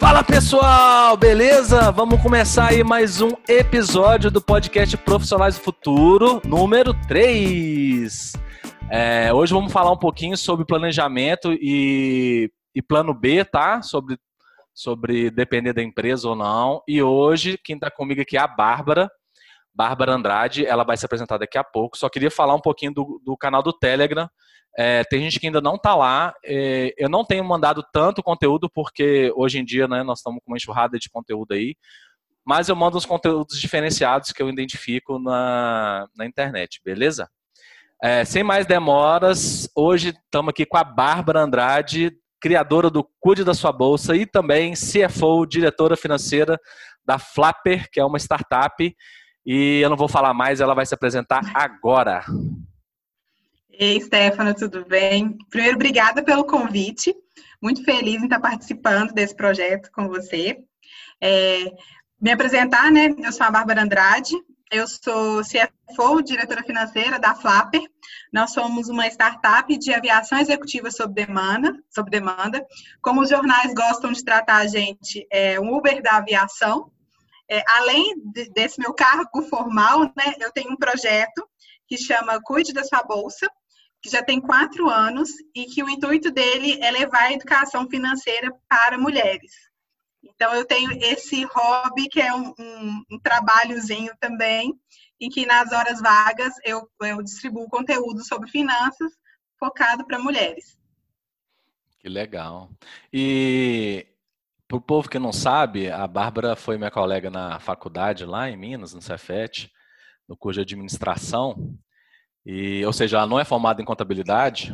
Fala pessoal, beleza? Vamos começar aí mais um episódio do podcast Profissionais do Futuro, número 3. Hoje vamos falar um pouquinho sobre planejamento e plano B, tá? Sobre depender da empresa ou não. E hoje quem está comigo aqui é a Bárbara Andrade, ela vai se apresentar daqui a pouco. Só queria falar um pouquinho do canal do Telegram. Tem gente que ainda não está lá. Eu não tenho mandado tanto conteúdo porque hoje em dia, né, nós estamos com uma enxurrada de conteúdo aí, mas eu mando uns conteúdos diferenciados que eu identifico na internet, beleza? Sem mais demoras, hoje estamos aqui com a Bárbara Andrade, criadora do Cuide da Sua Bolsa e também CFO, diretora financeira da Flapper, que é uma startup, e eu não vou falar mais, ela vai se apresentar agora. Ei, Stefano, tudo bem? Primeiro, obrigada pelo convite. Muito feliz em estar participando desse projeto com você. Me apresentar, né? Eu sou a Bárbara Andrade, eu sou CFO, diretora financeira da Flapper. Nós somos uma startup de aviação executiva sob demanda. Como os jornais gostam de tratar a gente, um Uber da aviação. Além desse meu cargo formal, né, eu tenho um projeto que chama Cuide da Sua Bolsa, que já tem 4 anos e que o intuito dele é levar a educação financeira para mulheres. Então, eu tenho esse hobby, que é um trabalhozinho também, em que nas horas vagas eu distribuo conteúdo sobre finanças focado para mulheres. Que legal. E para o povo que não sabe, a Bárbara foi minha colega na faculdade lá em Minas, no Cefet, no curso de administração. Ou seja, ela não é formada em contabilidade,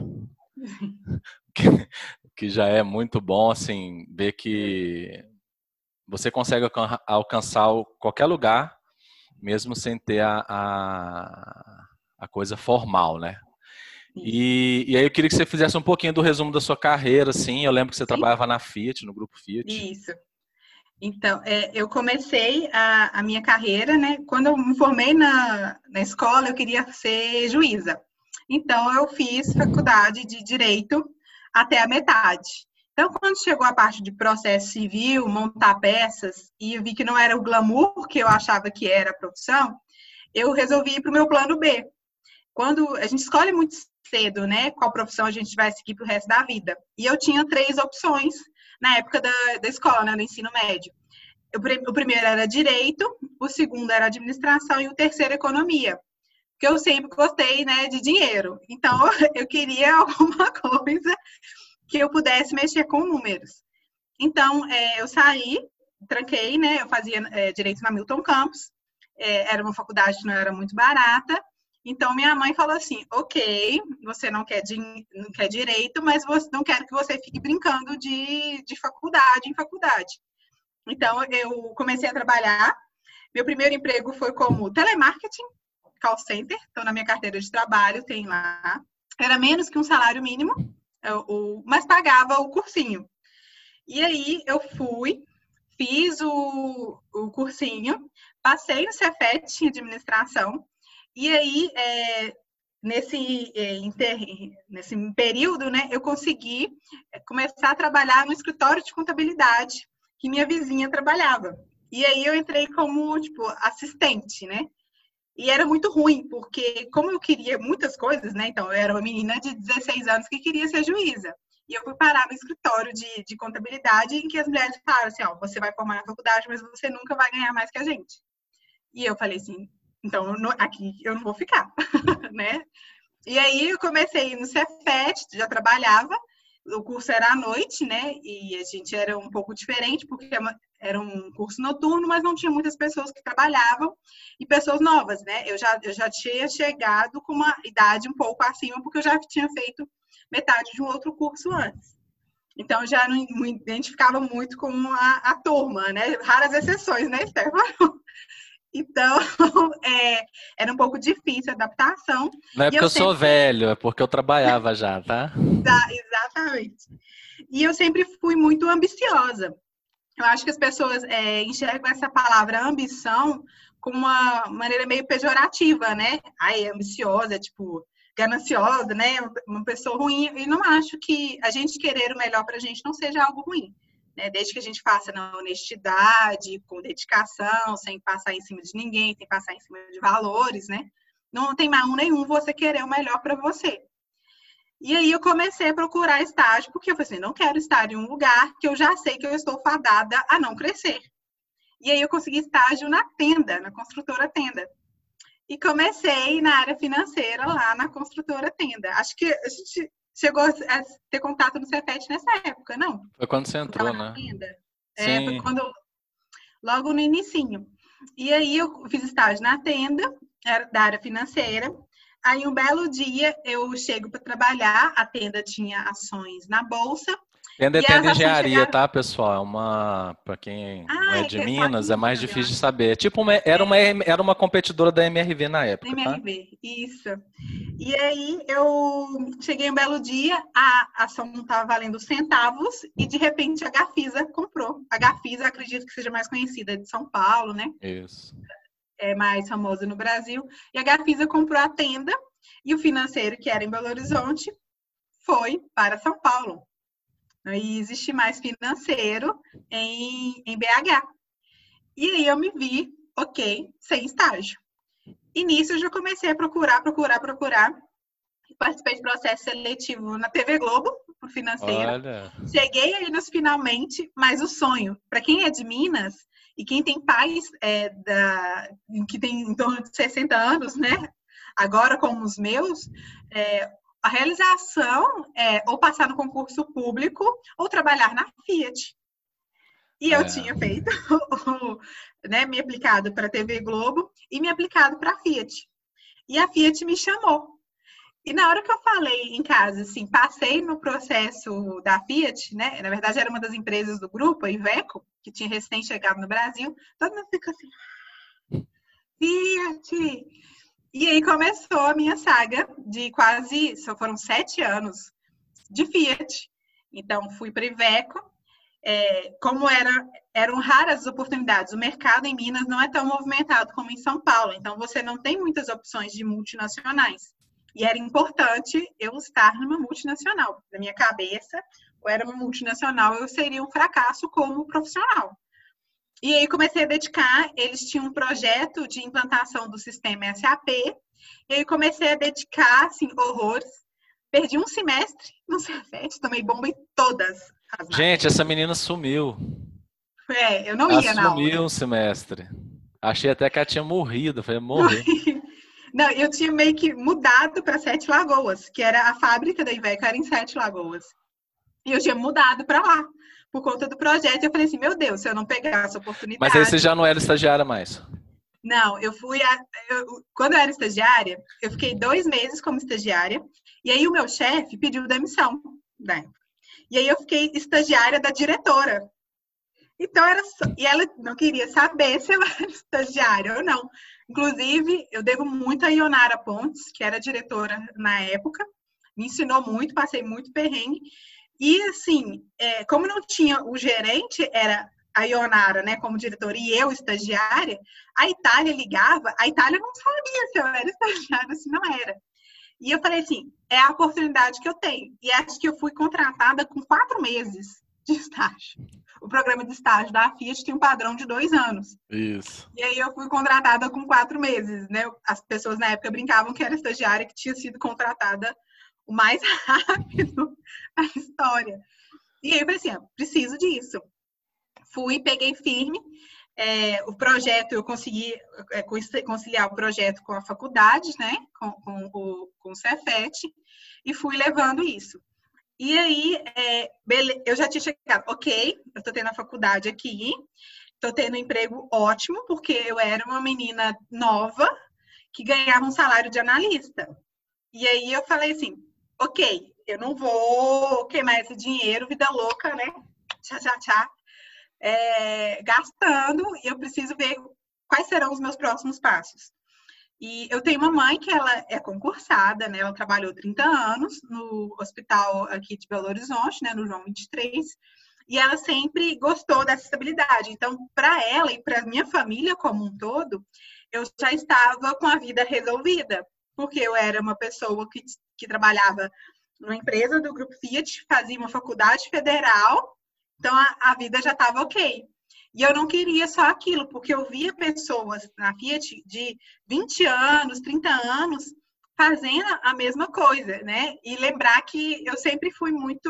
que já é muito bom, assim, ver que você consegue alcançar qualquer lugar, mesmo sem ter a coisa formal, né? E aí eu queria que você fizesse um pouquinho do resumo da sua carreira, assim. Eu lembro que você trabalhava na Fiat, no grupo Fiat. Isso. Então, eu comecei a minha carreira, né? Quando eu me formei na escola, eu queria ser juíza. Então, eu fiz faculdade de Direito até a metade. Então, quando chegou a parte de processo civil, montar peças, e eu vi que não era o glamour que eu achava que era a profissão, eu resolvi ir para o meu plano B. Quando a gente escolhe muito cedo, né, qual profissão a gente vai seguir para o resto da vida. E eu tinha 3 opções na época da escola, né, do ensino médio. O primeiro era Direito, o segundo era Administração e o terceiro Economia. Porque eu sempre gostei, né, de dinheiro. Então, eu queria alguma coisa que eu pudesse mexer com números. Então, eu saí, tranquei, né, eu fazia Direito na Milton Campos, era uma faculdade que não era muito barata. Então, minha mãe falou assim, ok, você não quer direito, mas não quero que você fique brincando de faculdade em faculdade. Então, eu comecei a trabalhar. Meu primeiro emprego foi como telemarketing, call center. Então, na minha carteira de trabalho tem lá. Era menos que um salário mínimo, mas pagava o cursinho. E aí, eu fiz o cursinho, passei no Cefet em administração. E aí, nesse período, né, eu consegui começar a trabalhar no escritório de contabilidade que minha vizinha trabalhava. E aí eu entrei como, assistente, né? E era muito ruim, porque como eu queria muitas coisas, né? Então, eu era uma menina de 16 anos que queria ser juíza. E eu fui parar no escritório de contabilidade em que as mulheres falaram assim, você vai formar na faculdade, mas você nunca vai ganhar mais que a gente. E eu falei assim, então, aqui eu não vou ficar, né? E aí eu comecei no Cefet, já trabalhava, o curso era à noite, né? E a gente era um pouco diferente, porque era um curso noturno, mas não tinha muitas pessoas que trabalhavam e pessoas novas, né? Eu já tinha chegado com uma idade um pouco acima, porque eu já tinha feito metade de um outro curso antes. Então, eu já não me identificava muito com a turma, né? Raras exceções, né, Stefano? Então, era um pouco difícil a adaptação. Não é porque eu sou velho, é porque eu trabalhava já, tá? Exatamente. E eu sempre fui muito ambiciosa. Eu acho que as pessoas enxergam essa palavra ambição como uma maneira meio pejorativa, né? Ai, ambiciosa, gananciosa, né? Uma pessoa ruim. E não acho que a gente querer o melhor pra gente não seja algo ruim. né? Desde que a gente faça na honestidade, com dedicação, sem passar em cima de ninguém, sem passar em cima de valores, né? Não tem mal nenhum você querer o melhor para você. E aí eu comecei a procurar estágio, porque eu falei assim, não quero estar em um lugar que eu já sei que eu estou fadada a não crescer. E aí eu consegui estágio na Tenda, na construtora Tenda. E comecei na área financeira lá na construtora Tenda. Acho que a gente chegou a ter contato no Cefet nessa época, não? Foi quando você entrou, né? Tenda. Sim. Foi quando logo no inicinho. E aí eu fiz estágio na Tenda, da área financeira. Aí um belo dia eu chego para trabalhar, a Tenda tinha ações na bolsa. Tenda é E as Tenda ações Engenharia, chegaram... tá, pessoal? Para quem não é de é só aqui Minas, em é mais Minas, eu difícil de acho. saber. Tipo, era uma competidora da MRV na época, tá? MRV, isso. E aí eu cheguei um belo dia, a ação não estava valendo centavos e de repente a Gafisa comprou. A Gafisa, acredito que seja mais conhecida de São Paulo, né? Isso. É mais famosa no Brasil. E a Gafisa comprou a Tenda e o financeiro, que era em Belo Horizonte, foi para São Paulo. E existe mais financeiro em BH. E aí eu me vi, ok, sem estágio. E nisso eu já comecei a procurar. Participei de processo seletivo na TV Globo, por financeira. Olha. Cheguei aí nos finalmente, mas o sonho, para quem é de Minas e quem tem pais que tem em torno de 60 anos, né? Agora como os meus, a realização é ou passar no concurso público ou trabalhar na Fiat. E eu tinha feito, né, me aplicado para a TV Globo e me aplicado para a Fiat. E a Fiat me chamou. E na hora que eu falei em casa, assim, passei no processo da Fiat, né? Na verdade, era uma das empresas do grupo, a Iveco, que tinha recém-chegado no Brasil. Todo mundo ficou assim, Fiat! E aí começou a minha saga de só foram 7 anos de Fiat. Então, fui para a Iveco. Como eram raras as oportunidades, o mercado em Minas não é tão movimentado como em São Paulo, então você não tem muitas opções de multinacionais. E era importante eu estar numa multinacional. Na minha cabeça, ou era uma multinacional, eu seria um fracasso como profissional. E aí comecei a dedicar, eles tinham um projeto de implantação do sistema SAP, e aí comecei a dedicar, assim, horrores. Perdi um semestre no Cefet, tomei bomba em todas as matérias. Gente, essa menina sumiu. Eu não ia na aula. Sumiu um semestre. Achei até que ela tinha morrido. Falei, morreu. Não, eu tinha meio que mudado para Sete Lagoas, que era a fábrica da Iveco, era em Sete Lagoas. E eu tinha mudado para lá, por conta do projeto. Eu falei assim, meu Deus, se eu não pegar essa oportunidade... Mas aí você já não era estagiária mais? Não, quando eu era estagiária, eu fiquei 2 meses como estagiária, e aí o meu chefe pediu demissão, né? E aí eu fiquei estagiária da diretora. Então, e ela não queria saber se eu era estagiária ou não. Inclusive, eu devo muito a Ionara Pontes, que era diretora na época, me ensinou muito, passei muito perrengue. E, assim, como não tinha o gerente, era a Ionara, né, como diretora, e eu estagiária, a Itália ligava, a Itália não sabia se eu era estagiária ou se não era. E eu falei assim, é a oportunidade que eu tenho. E acho que eu fui contratada com 4 meses de estágio. O programa de estágio da Fiat tem um padrão de 2 anos. Isso. E aí eu fui contratada com 4 meses, né? As pessoas na época brincavam que era estagiária que tinha sido contratada o mais rápido da história. E aí eu falei assim, preciso disso. Fui, peguei firme. O projeto, eu consegui conciliar o projeto com a faculdade, né? Com o Cefet, e fui levando isso. E aí, eu já tinha chegado, ok, eu estou tendo a faculdade aqui, estou tendo um emprego ótimo, porque eu era uma menina nova que ganhava um salário de analista. E aí eu falei assim, ok, eu não vou queimar esse dinheiro, vida louca, né? Tchá. Gastando, e eu preciso ver quais serão os meus próximos passos. E eu tenho uma mãe que ela é concursada, né? Ela trabalhou 30 anos no hospital aqui de Belo Horizonte, né? No João 23, e ela sempre gostou dessa estabilidade. Então, para ela e para minha família como um todo, eu já estava com a vida resolvida, porque eu era uma pessoa que trabalhava numa empresa do Grupo Fiat, fazia uma faculdade federal Então, a vida já estava ok. E eu não queria só aquilo, porque eu via pessoas na Fiat de 20 anos, 30 anos, fazendo a mesma coisa, né? E lembrar que eu sempre fui muito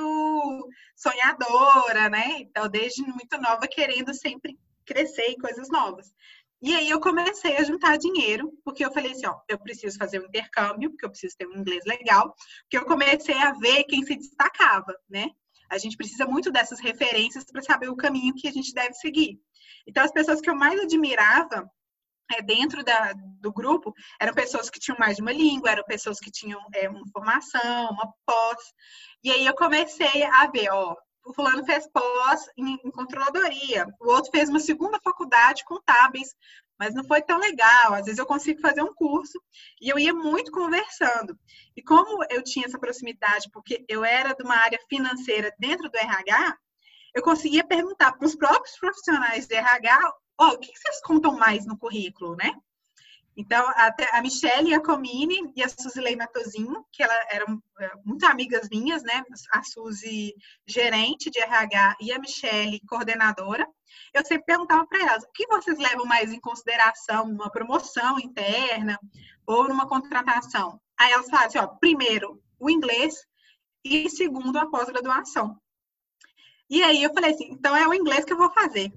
sonhadora, né? Então, desde muito nova, querendo sempre crescer em coisas novas. E aí eu comecei a juntar dinheiro, porque eu falei assim, ó, eu preciso fazer um intercâmbio, porque eu preciso ter um inglês legal, porque eu comecei a ver quem se destacava, né? A gente precisa muito dessas referências para saber o caminho que a gente deve seguir. Então, as pessoas que eu mais admirava dentro do grupo eram pessoas que tinham mais de uma língua, eram pessoas que tinham uma formação, uma pós. E aí eu comecei a ver, ó, o fulano fez pós em controladoria, o outro fez uma segunda faculdade contábeis, mas não foi tão legal. Às vezes eu consigo fazer um curso e eu ia muito conversando. E como eu tinha essa proximidade, porque eu era de uma área financeira dentro do RH, eu conseguia perguntar para os próprios profissionais de RH, o que vocês contam mais no currículo, né? Então, até a Michelle e a Comini e a Suzilei Matozinho, que elas eram muito amigas minhas, né? A Suzy, gerente de RH, e a Michelle, coordenadora. Eu sempre perguntava para elas, o que vocês levam mais em consideração numa promoção interna ou numa contratação? Aí elas falavam assim, ó, primeiro, o inglês e segundo, a pós-graduação. E aí eu falei assim, então é o inglês que eu vou fazer.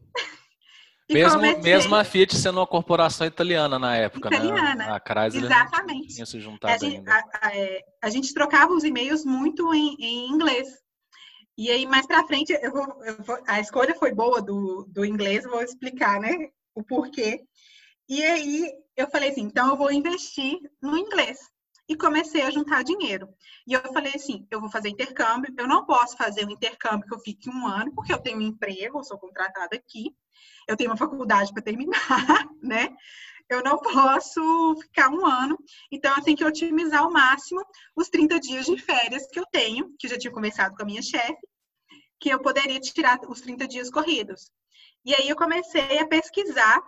Mesmo a Fiat sendo uma corporação italiana na época, italiana, né? A Chrysler exatamente. Não tinha se juntado ainda. A gente trocava os e-mails muito em inglês. E aí, mais pra frente, a escolha foi boa do inglês, eu vou explicar, né, o porquê. E aí, eu falei assim, então eu vou investir no inglês. E comecei a juntar dinheiro. E eu falei assim, eu vou fazer intercâmbio, eu não posso fazer um intercâmbio que eu fique 1 ano, porque eu tenho um emprego, eu sou contratada aqui, eu tenho uma faculdade para terminar, né? Eu não posso ficar 1 ano, então eu tenho que otimizar ao máximo os 30 dias de férias que eu tenho, que eu já tinha conversado com a minha chefe, que eu poderia tirar os 30 dias corridos. E aí eu comecei a pesquisar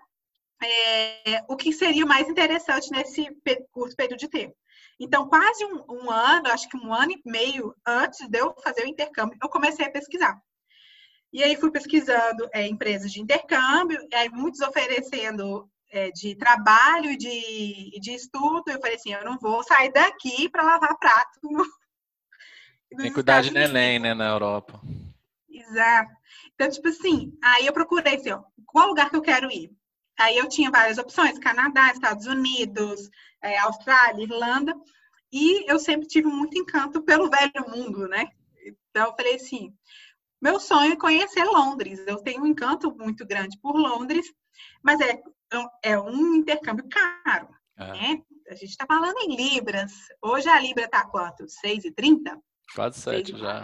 o que seria mais interessante nesse curto período de tempo. Então, quase um ano, acho que 1 ano e meio antes de eu fazer o intercâmbio, eu comecei a pesquisar. E aí fui pesquisando empresas de intercâmbio, aí muitos oferecendo de trabalho e de estudo. Eu falei assim, eu não vou sair daqui para lavar prato Tem cuidar de neném, né, na Europa. Exato. Então, tipo assim, aí eu procurei assim, ó, qual lugar que eu quero ir? Aí eu tinha várias opções, Canadá, Estados Unidos, Austrália, Irlanda, e eu sempre tive muito encanto pelo velho mundo, né? Então eu falei assim, meu sonho é conhecer Londres, eu tenho um encanto muito grande por Londres, mas é um intercâmbio caro, né? A gente está falando em libras, hoje a libra está quanto? 6,30? Quase 7 já.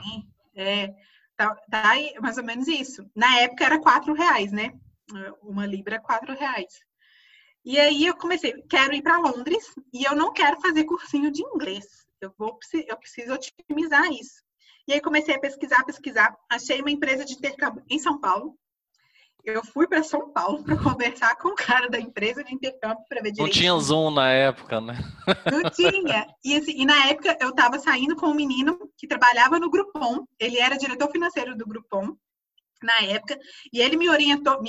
Tá aí mais ou menos isso. Na época era R$4, né? Uma libra é R$4. E aí eu comecei, quero ir para Londres e eu não quero fazer cursinho de inglês. Eu preciso otimizar isso. E aí comecei a pesquisar. Achei uma empresa de intercâmbio em São Paulo. Eu fui para São Paulo para conversar com o cara da empresa de intercâmbio para ver direito. Não tinha Zoom na época, né? Não tinha. E na época eu estava saindo com um menino que trabalhava no Groupon. Ele era diretor financeiro do Groupon na época. E ele me orientou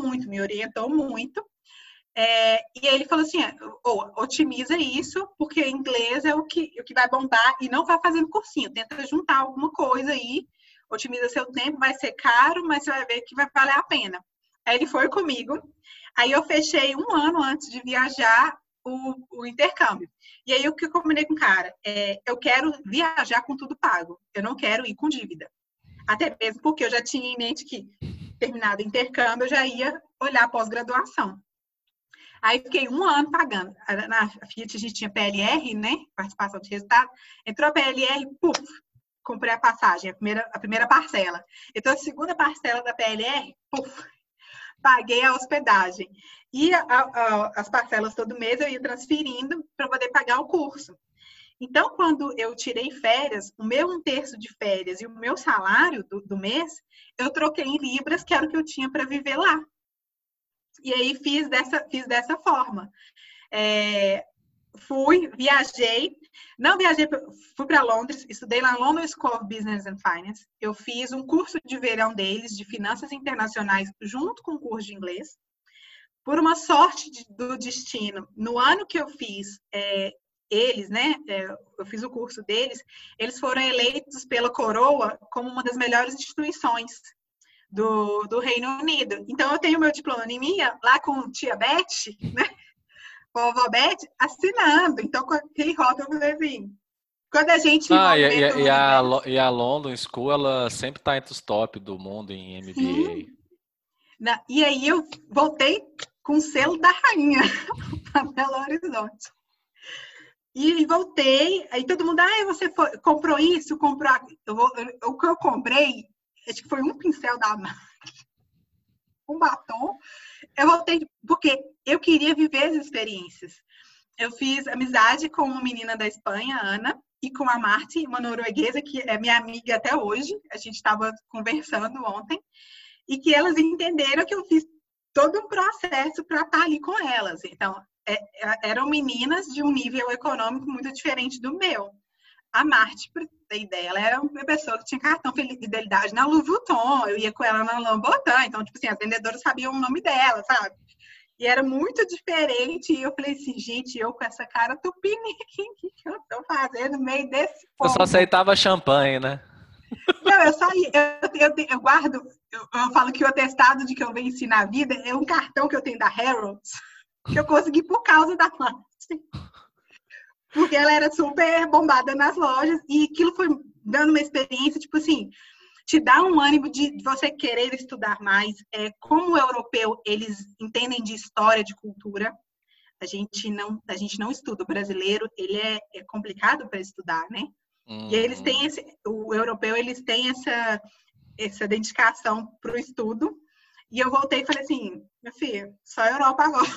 muito. E aí ele falou assim, otimiza isso, porque inglês é o que vai bombar e não vai fazendo cursinho. Tenta juntar alguma coisa aí, otimiza seu tempo, vai ser caro, mas você vai ver que vai valer a pena. Aí ele foi comigo. Aí eu fechei 1 ano antes de viajar o intercâmbio. E aí o que eu combinei com o cara? Eu quero viajar com tudo pago. Eu não quero ir com dívida. Até mesmo porque eu já tinha em mente que, terminado o intercâmbio, eu já ia olhar a pós-graduação. Aí fiquei 1 ano pagando. Na Fiat a gente tinha PLR, né? Participação de resultado. Entrou a PLR, puf, comprei a passagem, a primeira parcela. Então, a segunda parcela da PLR, puf, paguei a hospedagem. E as parcelas todo mês eu ia transferindo para poder pagar o curso. Então, quando eu tirei férias, o meu 1/3 de férias e o meu salário do mês, eu troquei em libras, que era o que eu tinha para viver lá. E aí fiz dessa forma. viajei. Não viajei, fui para Londres, estudei lá na London School of Business and Finance. Eu fiz um curso de verão deles, de finanças internacionais, junto com o curso de inglês. Por uma sorte do destino, no ano que eu fiz eles, né? Eu fiz o curso deles, eles foram eleitos pela Coroa como uma das melhores instituições do Reino Unido. Então, eu tenho meu diploma em minha, lá com tia Beth, né? Vovó Beth, assinando. Então, com aquele rótulo, eu falei assim, quando a gente e a London School, ela sempre está entre os top do mundo em MBA. Sim. E aí, eu voltei com o selo da rainha para Belo Horizonte. E voltei, aí todo mundo, você comprou isso, comprou aquilo. O que eu comprei, acho que foi um pincel da MAC, um batom. Eu voltei porque eu queria viver as experiências. Eu fiz amizade com uma menina da Espanha, Ana, e com a Marti, uma norueguesa, que é minha amiga até hoje. A gente estava conversando ontem. E que elas entenderam que eu fiz todo um processo para estar ali com elas. Então, eram meninas de um nível econômico muito diferente do meu. A Marti, para ter ideia, ela era uma pessoa que tinha cartão de fidelidade na Louis Vuitton, eu ia com ela na Lamborghini, então, tipo assim, as vendedoras sabiam o nome dela, sabe? E era muito diferente, e eu falei assim, gente, eu com essa cara tupiniquim, o que eu tô fazendo no meio desse povo? Eu só aceitava champanhe, né? Não, eu guardo, eu falo que o atestado de que eu venci na vida é um cartão que eu tenho da Harrods, que eu consegui por causa da Marti. Porque ela era super bombada nas lojas e aquilo foi dando uma experiência, tipo assim, te dá um ânimo de você querer estudar mais. Como o europeu, eles entendem de história, de cultura. A gente não estuda. O brasileiro, ele é complicado para estudar, né? E eles têm o europeu, eles têm essa dedicação para o estudo. E eu voltei e falei assim, meu filho, só a Europa agora.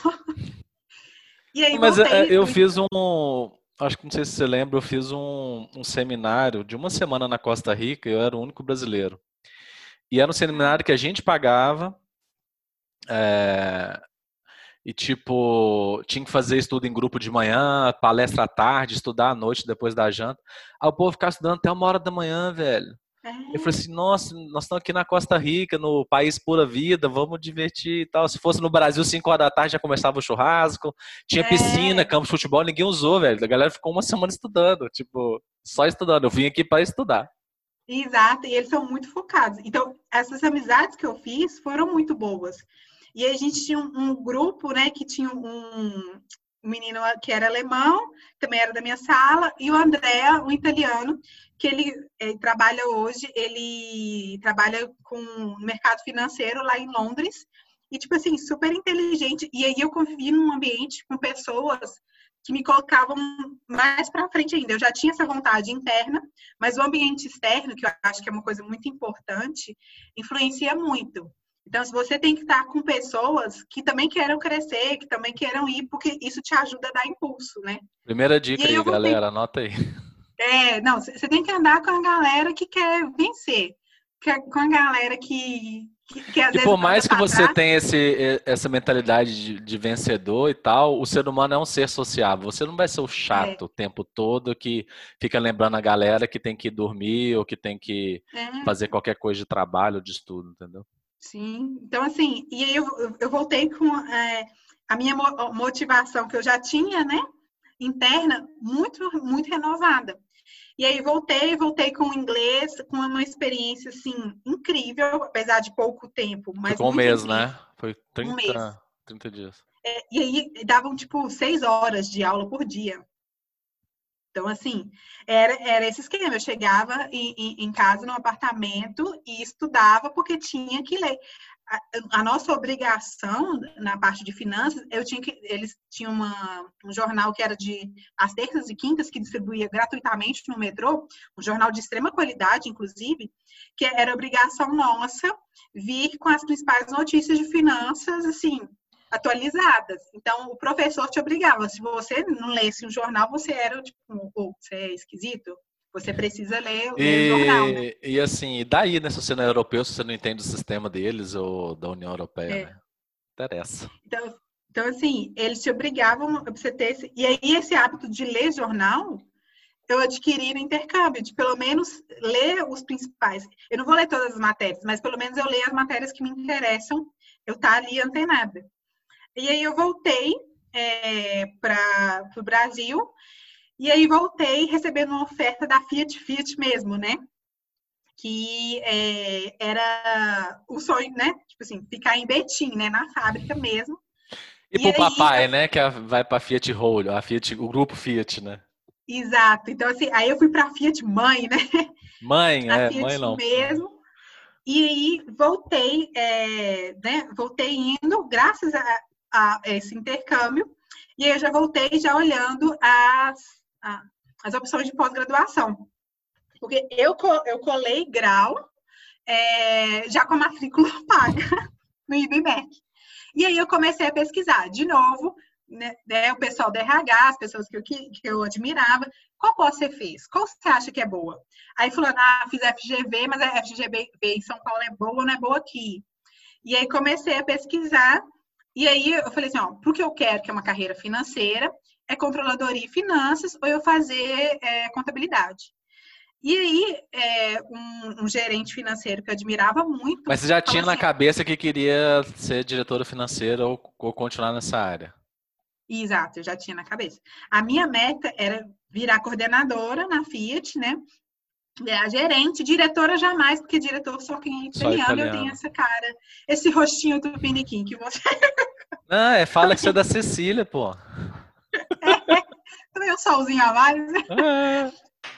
E aí Mas voltei. eu fiz acho que não sei se você lembra, eu fiz um seminário de uma semana na Costa Rica, eu era o único brasileiro. E era um seminário que a gente pagava, e tipo, tinha que fazer estudo em grupo de manhã, palestra à tarde, estudar à noite depois da janta. Aí o povo ficava estudando até 1h da manhã, velho. Eu falei assim, nossa, nós estamos aqui na Costa Rica, no país pura vida, vamos divertir e tal. Se fosse no Brasil, 5h da tarde já começava o churrasco, tinha piscina, campo de futebol, ninguém usou, velho. A galera ficou uma semana estudando, tipo, só estudando. Eu vim aqui para estudar. Exato, e eles são muito focados. Então, essas amizades que eu fiz foram muito boas. E aí a gente tinha um grupo, né, que tinha um menino que era alemão, também era da minha sala, e o André, um italiano, que ele trabalha hoje, ele trabalha com o mercado financeiro lá em Londres, e tipo assim, super inteligente. E aí eu convivi num ambiente com pessoas que me colocavam mais para frente ainda. Eu já tinha essa vontade interna, mas o ambiente externo, que eu acho que é uma coisa muito importante, influencia muito. Então, se você tem que estar com pessoas que também queiram crescer, que também queiram ir, porque isso te ajuda a dar impulso, né? Primeira dica aí, galera, anota aí. Não, você tem que andar com a galera que quer vencer, com a galera que às vezes... por mais que você tenha essa mentalidade de vencedor e tal, o ser humano é um ser sociável. Você não vai ser o chato o tempo todo que fica lembrando a galera que tem que dormir ou que tem que fazer qualquer coisa de trabalho, de estudo, entendeu? Sim, então assim, e aí eu voltei com a minha motivação que eu já tinha, né, interna, muito, muito renovada. E aí voltei com o inglês, com uma experiência, assim, incrível, apesar de pouco tempo. Mas foi com um mês, incrível. né? Foi 30 dias. E aí davam, tipo, 6 horas de aula por dia. Então, assim, era esse esquema. Eu chegava em casa, no apartamento, e estudava porque tinha que ler. A nossa obrigação na parte de finanças, eles tinham um jornal que era às terças e quintas, que distribuía gratuitamente no metrô, um jornal de extrema qualidade, inclusive, que era obrigação nossa vir com as principais notícias de finanças, assim, atualizadas. Então, o professor te obrigava. Se você não lesse um jornal, você era tipo, você é esquisito. Você precisa ler o jornal, né? E assim, daí, né? Se você não é europeu, se você não entende o sistema deles ou da União Europeia, né? Interessa. Então, Então, assim, eles te obrigavam a você ter esse... E aí, esse hábito de ler jornal, eu adquiri no intercâmbio, de pelo menos ler os principais. Eu não vou ler todas as matérias, mas pelo menos eu leio as matérias que me interessam, eu estar ali antenada. E aí eu voltei para o Brasil, e aí voltei recebendo uma oferta da Fiat mesmo, né? Que era o sonho, né? Tipo assim, ficar em Betim, né? Na fábrica mesmo. E E pro aí, papai, né? Que vai pra Fiat Rolho, o grupo Fiat, né? exato. Então, assim, aí eu fui para a Fiat mãe, né? A Mãe Fiat não. mesmo. E aí voltei, né? Voltei indo, graças a esse intercâmbio. E aí eu já voltei já olhando as opções de pós-graduação. Porque eu colei grau já com a matrícula paga no IBMEC. E aí eu comecei a pesquisar de novo, né, o pessoal da RH, as pessoas que eu admirava, qual pós você fez? Qual você acha que é boa? Aí fulano, fiz FGV, mas a FGV em São Paulo é boa ou não é boa aqui? E aí comecei a pesquisar, e aí eu falei assim, ó, pro que eu quero, que é uma carreira financeira, é controladoria e finanças, ou eu fazer contabilidade. E aí, um gerente financeiro que eu admirava muito. Mas você já tinha falou na assim, cabeça que queria ser diretora financeira ou continuar nessa área? exato, eu já tinha na cabeça. A minha meta era virar coordenadora na Fiat, né? Virar gerente, diretora jamais, porque diretor só quem é Só italiano, eu tenho italiano. essa cara, esse rostinho do piniquim que você... Não, fala que você é da Cecília, pô. Também um solzinho a mais, né? É.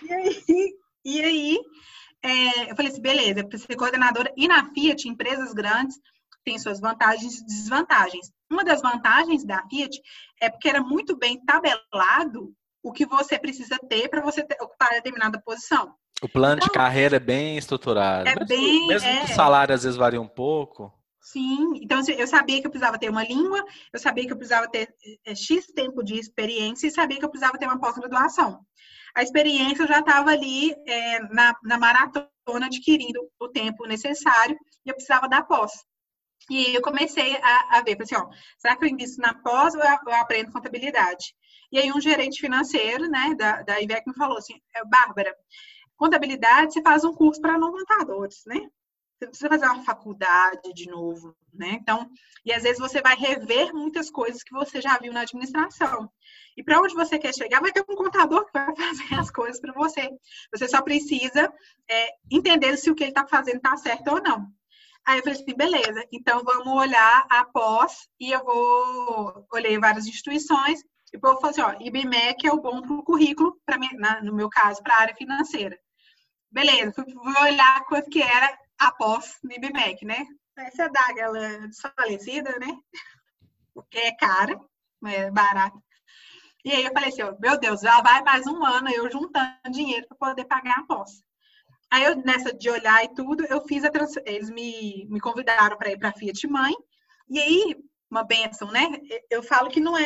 E aí eu falei assim, beleza, para ser coordenadora. E na Fiat, empresas grandes têm suas vantagens e desvantagens. Uma das vantagens da Fiat é porque era muito bem tabelado o que você precisa ter para você ocupar determinada posição. O plano de Então, carreira é bem estruturado. é bem... Mesmo que o salário às vezes varie um pouco. Sim, então eu sabia que eu precisava ter uma língua, eu sabia que eu precisava ter X tempo de experiência e sabia que eu precisava ter uma pós-graduação. A experiência eu já estava ali na maratona adquirindo o tempo necessário e eu precisava da pós. E eu comecei a ver, falei assim, ó, será que eu invisto na pós ou eu aprendo contabilidade? E aí um gerente financeiro, né, da IVEC me falou assim, Bárbara, contabilidade você faz um curso para não contadores, né? Você precisa fazer uma faculdade de novo, né? Então, e às vezes você vai rever muitas coisas que você já viu na administração. E para onde você quer chegar, vai ter um contador que vai fazer as coisas para você. Você só precisa entender se o que ele está fazendo está certo ou não. Aí eu falei assim, beleza, então vamos olhar a pós e olhei várias instituições e o povo falou assim, ó, IBMEC é o bom para o currículo, no meu caso, para a área financeira. Beleza, fui olhar quanto que era após no IBMEC, né? Essa daga, ela é desfalecida, né? Porque é cara, não é barata. E aí eu falei assim, ó, meu Deus, já vai mais um ano eu juntando dinheiro para poder pagar a pós. Aí eu, nessa de olhar e tudo, eu fiz eles me convidaram para ir para a Fiat Mãe. E aí, uma bênção, né? Eu falo que não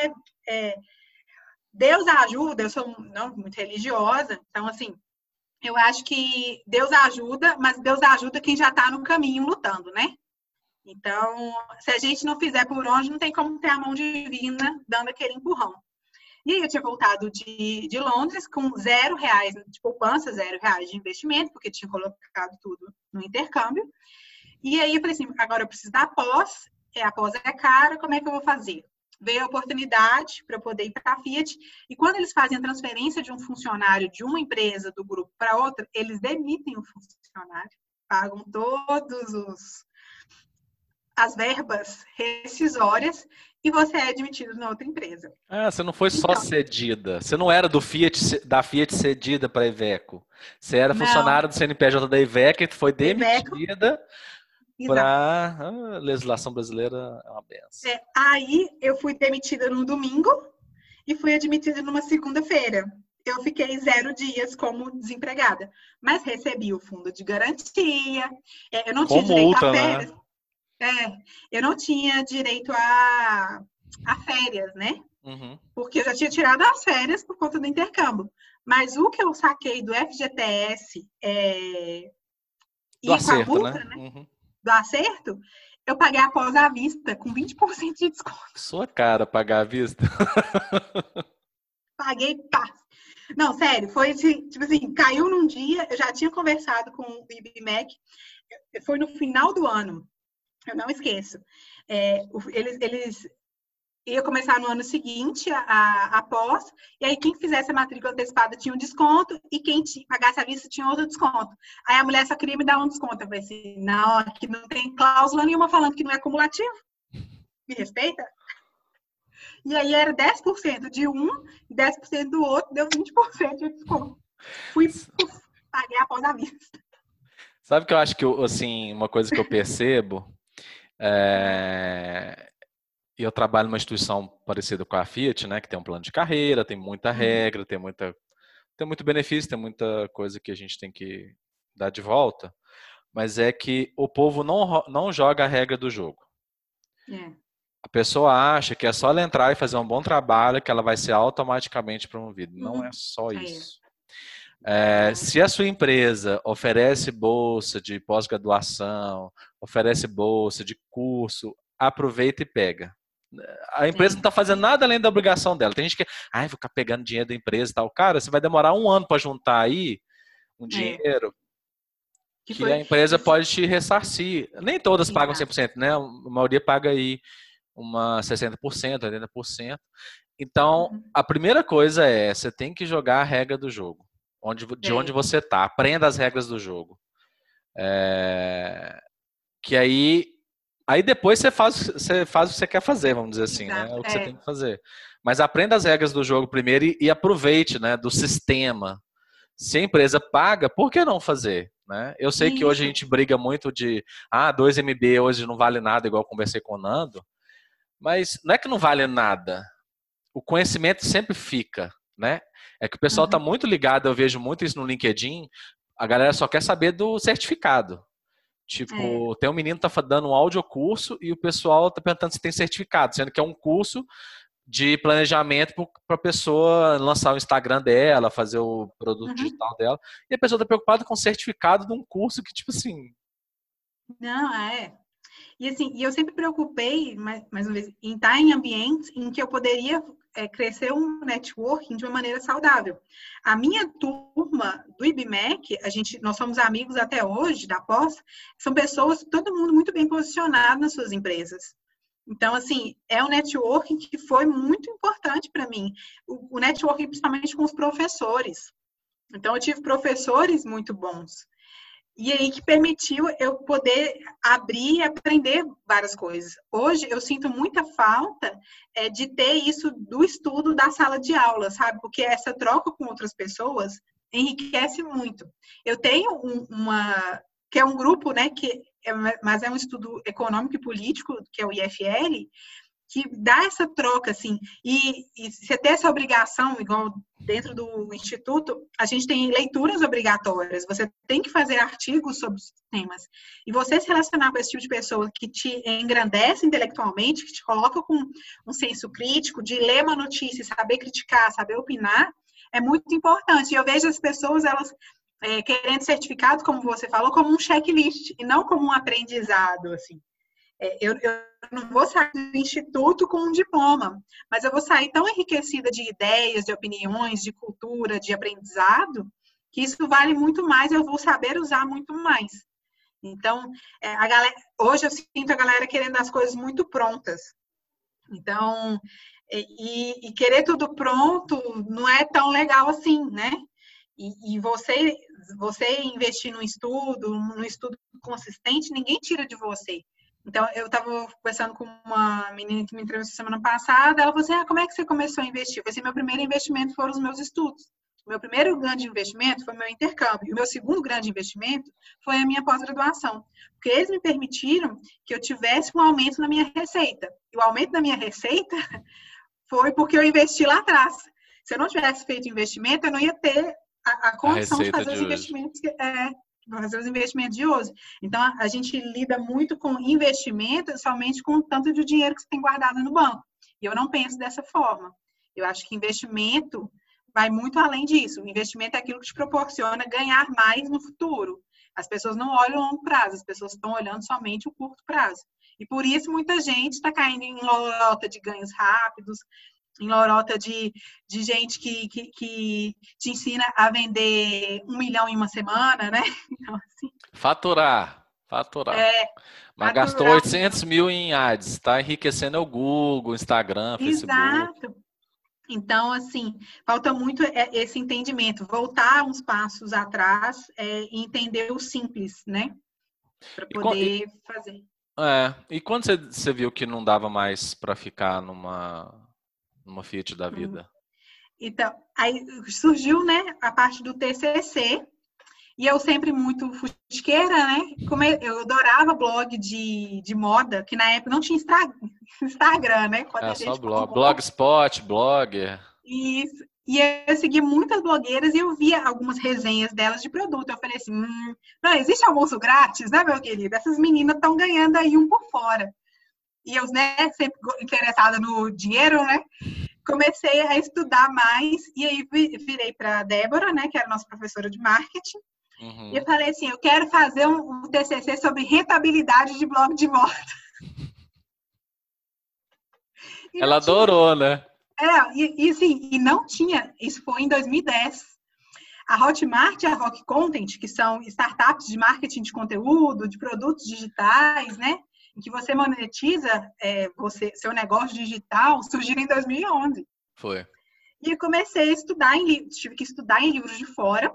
Deus ajuda, eu sou não, muito religiosa, então assim, eu acho que Deus ajuda, mas Deus ajuda quem já está no caminho lutando, né? Então, se a gente não fizer por onde, não tem como ter a mão divina dando aquele empurrão. E aí eu tinha voltado de Londres com R$0 de poupança, R$0 de investimento, porque tinha colocado tudo no intercâmbio. E aí eu falei assim, agora eu preciso da pós, a pós é cara, como é que eu vou fazer? Veio a oportunidade para eu poder ir para a Fiat, e quando eles fazem a transferência de um funcionário de uma empresa do grupo para outra, eles demitem o funcionário, pagam as verbas rescisórias e você é admitido na outra empresa. Ah, você não foi só Então, cedida. Você não era da Fiat cedida para a Iveco. Você era não, funcionária do CNPJ da Iveco e foi da Iveco, demitida exato. para... A legislação brasileira é uma benção. Aí eu fui demitida no domingo e fui admitida numa segunda-feira. Eu fiquei 0 dias como desempregada, mas recebi o fundo de garantia. Eu não tinha Com direito a multa, férias. né? Eu não tinha direito a férias, né? Uhum. Porque eu já tinha tirado as férias por conta do intercâmbio. Mas o que eu saquei do FGTS Do e com a acerto, multa, né? né? Uhum. do acerto, eu paguei após à vista, com 20% de desconto. Sua cara pagar à vista. Paguei, pá. Não, sério, foi tipo assim, caiu num dia, eu já tinha conversado com o IBMEC, foi no final do ano, eu não esqueço. Eles iam começar no ano seguinte a pós, e aí quem fizesse a matrícula antecipada tinha um desconto, e quem pagasse à vista tinha outro desconto. Aí a mulher só queria me dar um desconto. Eu falei assim, não, aqui não tem cláusula nenhuma falando que não é acumulativo. Me respeita? E aí era 10% de um e 10% do outro, deu 20% de desconto. Paguei após a vista. Sabe que eu acho que, assim, uma coisa que eu percebo, e eu trabalho numa instituição parecida com a Fiat, né, que tem um plano de carreira, tem muita regra, tem muito benefício, tem muita coisa que a gente tem que dar de volta, mas é que o povo não joga a regra do jogo. A pessoa acha que é só ela entrar e fazer um bom trabalho que ela vai ser automaticamente promovida. Não é só isso. Se a sua empresa oferece bolsa de pós-graduação, oferece bolsa de curso, aproveita e pega. A empresa não está fazendo nada além da obrigação dela. Tem gente que, vou ficar pegando dinheiro da empresa e tal. Cara, você vai demorar 1 ano para juntar aí um dinheiro que a empresa pode te ressarcir. Nem todas pagam 100%, né? A maioria paga aí uma 60%, 80%. Então, a primeira coisa você tem que jogar a regra do jogo. De onde você está. Aprenda as regras do jogo. Que aí depois você faz o que você quer fazer, vamos dizer assim, né? O que você tem que fazer. Mas aprenda as regras do jogo primeiro e aproveite, né, do sistema. Se a empresa paga, por que não fazer? Né? Eu sei que hoje a gente briga muito de 2 MB hoje não vale nada, igual eu conversei com o Nando, mas não é que não vale nada. O conhecimento sempre fica, né? É que o pessoal está muito ligado, eu vejo muito isso no LinkedIn, a galera só quer saber do certificado. Tipo, tem um menino que tá dando um audiocurso e o pessoal tá perguntando se tem certificado, sendo que é um curso de planejamento para a pessoa lançar o Instagram dela, fazer o produto digital dela, e a pessoa tá preocupada com o certificado de um curso que, tipo assim... Não, E assim, eu sempre preocupei, mais uma vez, em estar em ambientes em que eu poderia crescer um networking de uma maneira saudável. A minha turma do IBMEC, nós somos amigos até hoje, da pós, são pessoas, todo mundo muito bem posicionado nas suas empresas. Então, assim, é um networking que foi muito importante para mim. O networking, principalmente com os professores. Então, eu tive professores muito bons. E aí que permitiu eu poder abrir e aprender várias coisas. Hoje eu sinto muita falta de ter isso do estudo da sala de aula, sabe? Porque essa troca com outras pessoas enriquece muito. Eu tenho que é um grupo, né, mas é um estudo econômico e político, que é o IFL, que dá essa troca, assim, e você ter essa obrigação, igual dentro do Instituto, a gente tem leituras obrigatórias, você tem que fazer artigos sobre os temas, e você se relacionar com esse tipo de pessoa que te engrandece intelectualmente, que te coloca com um senso crítico, de ler uma notícia, saber criticar, saber opinar, é muito importante, e eu vejo as pessoas, elas querendo certificado, como você falou, como um checklist, e não como um aprendizado, assim. Eu não vou sair do instituto com um diploma, mas eu vou sair tão enriquecida de ideias, de opiniões, de cultura, de aprendizado, que isso vale muito mais, eu vou saber usar muito mais. Então, hoje eu sinto a galera querendo as coisas muito prontas. Então, e querer tudo pronto não é tão legal assim, né? E você investir num estudo consistente, ninguém tira de você. Então, eu estava conversando com uma menina que me entrevistou semana passada, ela falou assim, como é que você começou a investir? Eu falei assim, meu primeiro investimento foram os meus estudos. O meu primeiro grande investimento foi o meu intercâmbio. E o meu segundo grande investimento foi a minha pós-graduação. Porque eles me permitiram que eu tivesse um aumento na minha receita. E o aumento da minha receita foi porque eu investi lá atrás. Se eu não tivesse feito investimento, eu não ia ter a condição de fazer os investimentos fazer os investimentos de hoje. Então, a gente lida muito com investimento somente com o tanto de dinheiro que você tem guardado no banco. E eu não penso dessa forma. Eu acho que investimento vai muito além disso. O investimento é aquilo que te proporciona ganhar mais no futuro. As pessoas não olham o longo prazo, as pessoas estão olhando somente o curto prazo. E por isso muita gente está caindo em lorota de ganhos rápidos, em lorota de gente que te ensina a vender 1 milhão em uma semana, né? Então, assim, Faturar. Mas gastou faturar. 800 mil em ads, está enriquecendo o Google, Instagram, Facebook. Exato. Então, assim, falta muito esse entendimento, voltar uns passos atrás e entender o simples, né? Para poder fazer. E quando você viu que não dava mais para ficar numa Fiat da vida? Então, aí surgiu, né, a parte do TCC, e eu sempre muito fusqueira, né? Eu adorava blog de moda, que na época não tinha Instagram, né? Quando a Só gente blog. formou. Blogspot, Blogger. Isso. E eu segui muitas blogueiras e eu via algumas resenhas delas de produto. Eu falei assim, não existe almoço grátis, né, meu querido? Essas meninas estão ganhando aí um por fora. E eu, né, sempre interessada no dinheiro, né? Comecei a estudar mais e aí virei para a Débora, né, que era nossa professora de marketing. Uhum. E eu falei assim, eu quero fazer um TCC sobre rentabilidade de blog de moda. Ela adorou, né? E não tinha, isso foi em 2010. A Hotmart e a Rock Content, que são startups de marketing de conteúdo, de produtos digitais, né? Em que você monetiza seu negócio digital, surgiram em 2011. Foi. E eu comecei a estudar tive que estudar em livros de fora,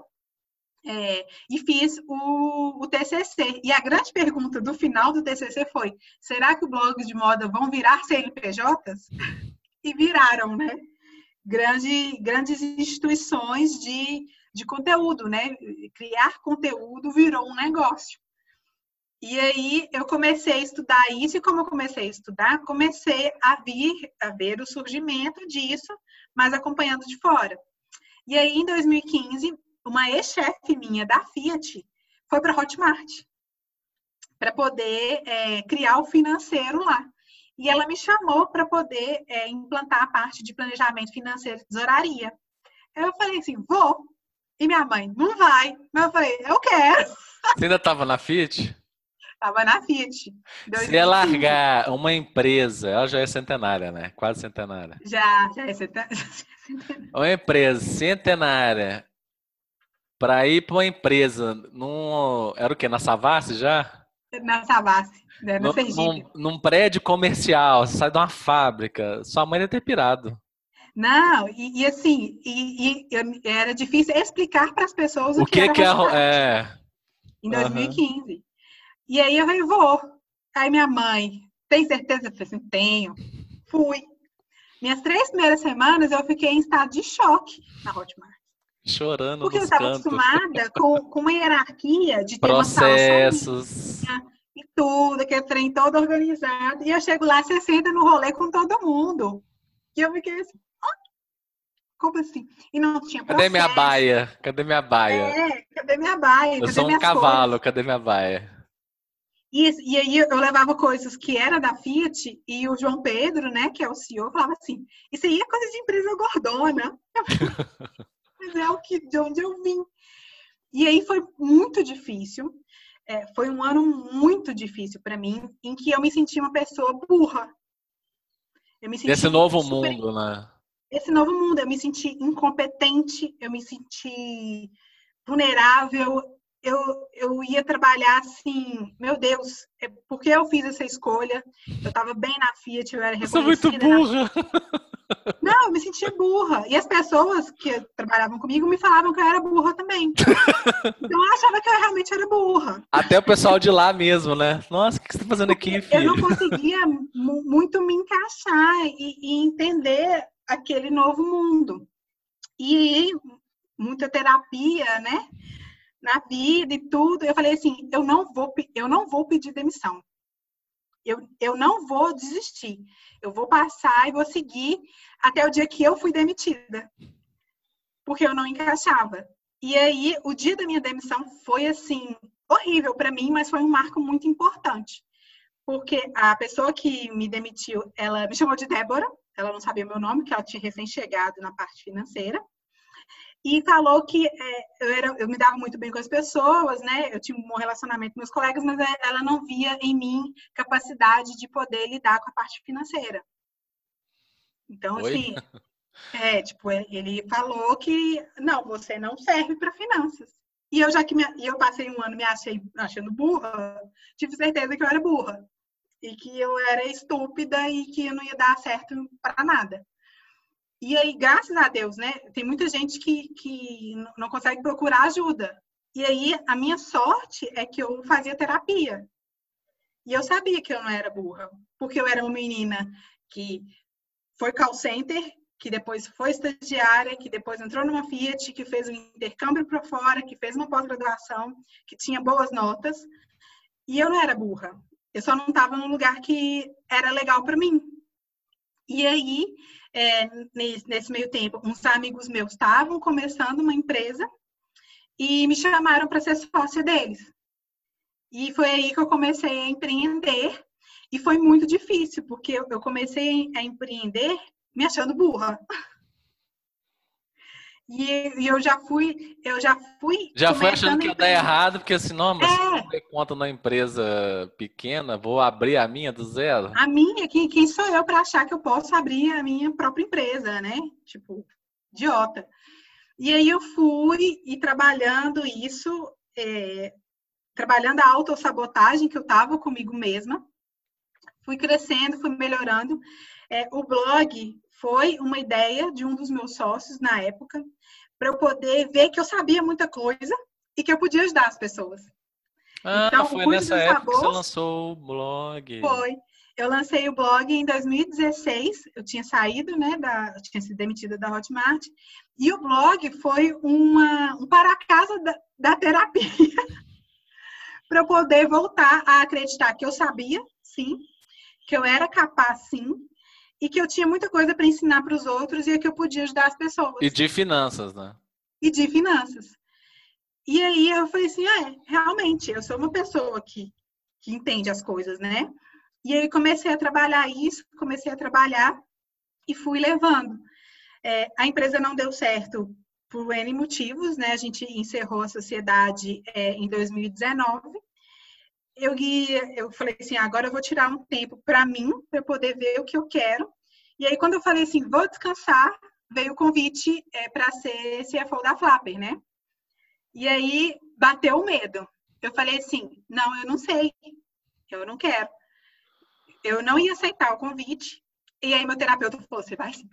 e fiz o TCC. E a grande pergunta do final do TCC foi, será que os blogs de moda vão virar CNPJs? E viraram, né? Grandes instituições de conteúdo, né? Criar conteúdo virou um negócio. E aí eu comecei a estudar isso, e como eu comecei a estudar, comecei a ver o surgimento disso, mas acompanhando de fora. E aí, em 2015, uma ex-chefe minha da Fiat foi para a Hotmart para poder criar o financeiro lá. E ela me chamou para poder implantar a parte de planejamento financeiro e tesouraria. Eu falei assim, vou. E minha mãe, não vai. Mas eu falei, eu quero. Você ainda estava na Fiat? Estava na Fiat. Se ia largar uma empresa, ela já é centenária, né? Quase centenária. Já é centenária. Uma empresa centenária para ir para uma empresa era o quê? Na Savassi já? Na Savassi, né? No Sergipe. Num prédio comercial, você sai de uma fábrica. Sua mãe deve ter pirado. Não, assim, era difícil explicar para as pessoas o que era Hotmart. Em 2015. E aí eu falei, vou. Aí minha mãe, tem certeza? Eu falei assim, tenho. Fui. Minhas 3 primeiras semanas eu fiquei em estado de choque na Hotmart. Chorando porque nos eu estava cantos. acostumada com uma hierarquia de ter processos. Uma sala sozinha, e tudo, aquele trem todo organizado. E eu chego lá, você senta no rolê com todo mundo. E eu fiquei assim, como assim? E não tinha processo. Cadê minha baia? Cadê minha baia? Cadê minha baia? Eu sou um cavalo, cadê minha baia? E aí eu levava coisas que era da Fiat e o João Pedro, né, que é o CEO, falava assim, isso aí é coisa de empresa gordona. Mas é de onde eu vim. E aí foi muito difícil. Foi um ano muito difícil para mim, em que eu me senti uma pessoa burra. Esse novo mundo, né? Esse novo mundo. Eu me senti incompetente, eu me senti vulnerável. Eu ia trabalhar assim, meu Deus, por que eu fiz essa escolha? Eu estava bem na Fiat, eu era reconhecida. Eu sou muito burra. Não, eu me sentia burra. E as pessoas que trabalhavam comigo me falavam que eu era burra também. Então eu achava que eu realmente era burra. Até o pessoal de lá mesmo, né? Nossa, o que você está fazendo aqui, filho? Eu não conseguia muito me encaixar e entender aquele novo mundo. E muita terapia, né? Na vida e tudo. Eu falei assim, eu não vou pedir demissão. Eu não vou desistir. Eu vou passar e vou seguir até o dia que eu fui demitida. Porque eu não encaixava. E aí, o dia da minha demissão foi, assim, horrível para mim, mas foi um marco muito importante. Porque a pessoa que me demitiu, ela me chamou de Débora. Ela não sabia meu nome, porque ela tinha recém-chegado na parte financeira. e falou que eu me dava muito bem com as pessoas, né? Eu tinha um bom relacionamento com meus colegas, mas ela não via em mim capacidade de poder lidar com a parte financeira. Então, Oi? assim, ele falou que não, você não serve para finanças. E eu passei um ano me achando burra, tive certeza que eu era burra e que eu era estúpida e que eu não ia dar certo para nada. E aí, graças a Deus, né? Tem muita gente que não consegue procurar ajuda. E aí, a minha sorte é que eu fazia terapia. E eu sabia que eu não era burra, porque eu era uma menina que foi call center, que depois foi estagiária, que depois entrou numa Fiat, que fez um intercâmbio para fora, que fez uma pós-graduação, que tinha boas notas. E eu não era burra. Eu só não estava num lugar que era legal para mim. E aí, nesse meio tempo, uns amigos meus estavam começando uma empresa e me chamaram para ser sócia deles. E foi aí que eu comecei a empreender. E foi muito difícil, porque eu comecei a empreender me achando burra. E eu já fui Já foi achando que ia dar empreender. errado, porque assim, não, mas se eu não der conta numa empresa pequena, vou abrir a minha do zero? A minha, quem sou eu para achar que eu posso abrir a minha própria empresa, né? Tipo, idiota. E aí eu fui e trabalhando isso, trabalhando a autossabotagem que eu estava comigo mesma. Fui crescendo, fui melhorando. O blog foi uma ideia de um dos meus sócios na época, para eu poder ver que eu sabia muita coisa e que eu podia ajudar as pessoas. Ah, Então, foi nessa época que você lançou o blog. Foi. Eu lancei o blog em 2016. Eu tinha saído, né? Eu tinha sido demitida da Hotmart. E o blog foi um para-casa da terapia para eu poder voltar a acreditar que eu sabia, sim, que eu era capaz, sim, e que eu tinha muita coisa para ensinar para os outros e que eu podia ajudar as pessoas. E de finanças, né? E de finanças. E aí eu falei assim, realmente, eu sou uma pessoa que entende as coisas, né? E aí comecei a trabalhar isso, comecei a trabalhar e fui levando. A empresa não deu certo por N motivos, né? A gente encerrou a sociedade em 2019. Eu falei assim, agora eu vou tirar um tempo para mim, para eu poder ver o que eu quero. E aí, quando eu falei assim, vou descansar, veio o convite para ser CFO da Flapper, né? E aí, bateu o medo. Eu falei assim, não, eu não sei, eu não quero. Eu não ia aceitar o convite. E aí, meu terapeuta falou, você vai sim.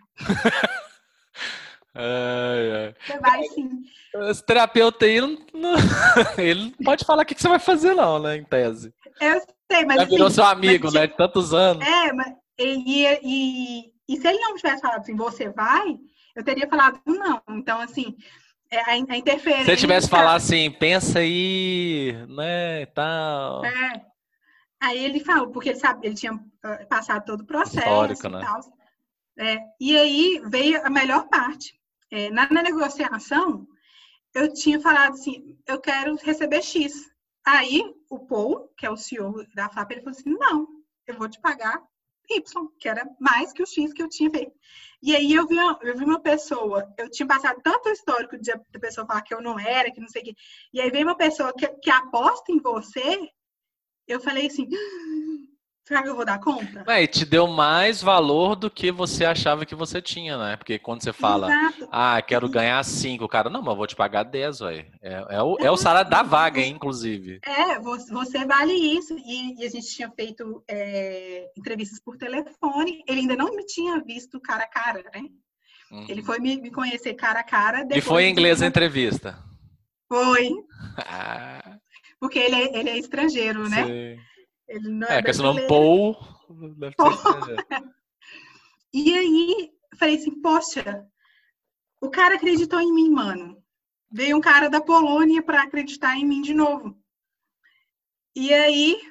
Você vai sim. Esse terapeuta aí, ele não pode falar o que você vai fazer não, né, em tese. Eu sei, mas já virou assim, seu amigo, né, de tantos anos. Mas e se ele não tivesse falado assim, você vai, eu teria falado não. Então, assim, a interferência... Se ele tivesse falado assim, pensa aí, né, tal... Aí ele falou, porque ele tinha passado todo o processo histórico, e né? tal. E aí veio a melhor parte. Na negociação, eu tinha falado assim, eu quero receber X. Aí o Paul, que é o CEO da FAP, ele falou assim, não, eu vou te pagar Y, que era mais que o X que eu tinha feito. E aí eu vi uma pessoa, eu tinha passado tanto histórico de a pessoa falar que eu não era, que não sei o quê. E aí veio uma pessoa que aposta em você, eu falei assim, será que eu vou dar conta? E te deu mais valor do que você achava que você tinha, né? Porque quando você fala, exato, quero ganhar 5, o cara, não, mas eu vou te pagar 10, ué. É o salário da vaga, hein, inclusive. Você vale isso. E a gente tinha feito entrevistas por telefone. Ele ainda não me tinha visto cara a cara, né? Uhum. Ele foi me conhecer cara a cara. E foi em inglês a entrevista? Foi. Porque ele é estrangeiro, né? Sim. Ele não é com esse nome brasileiro. Paul, deve ser estrangeiro. E aí, falei assim, poxa, o cara acreditou em mim, mano. Veio um cara da Polônia para acreditar em mim de novo. E aí,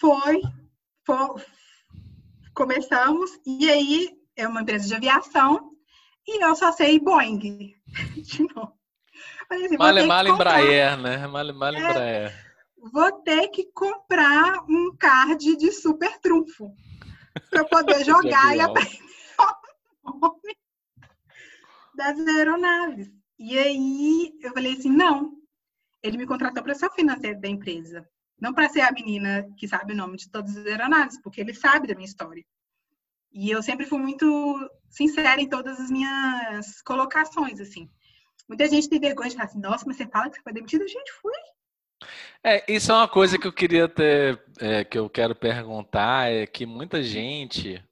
começamos, e aí, é uma empresa de aviação, e eu só sei Boeing. De novo. Falei assim, Male Embraer, né? Male Embraer. Vou ter que comprar um card de super trunfo para poder jogar e aprender o nome das aeronaves. E aí eu falei assim, não, ele me contratou para ser o financeiro da empresa. Não para ser a menina que sabe o nome de todas as aeronaves, porque ele sabe da minha história. E eu sempre fui muito sincera em todas as minhas colocações, assim. Muita gente tem vergonha de falar assim, nossa, mas você fala que você foi demitida? Gente, fui. Isso é uma coisa que eu queria ter, que eu quero perguntar, é que muita gente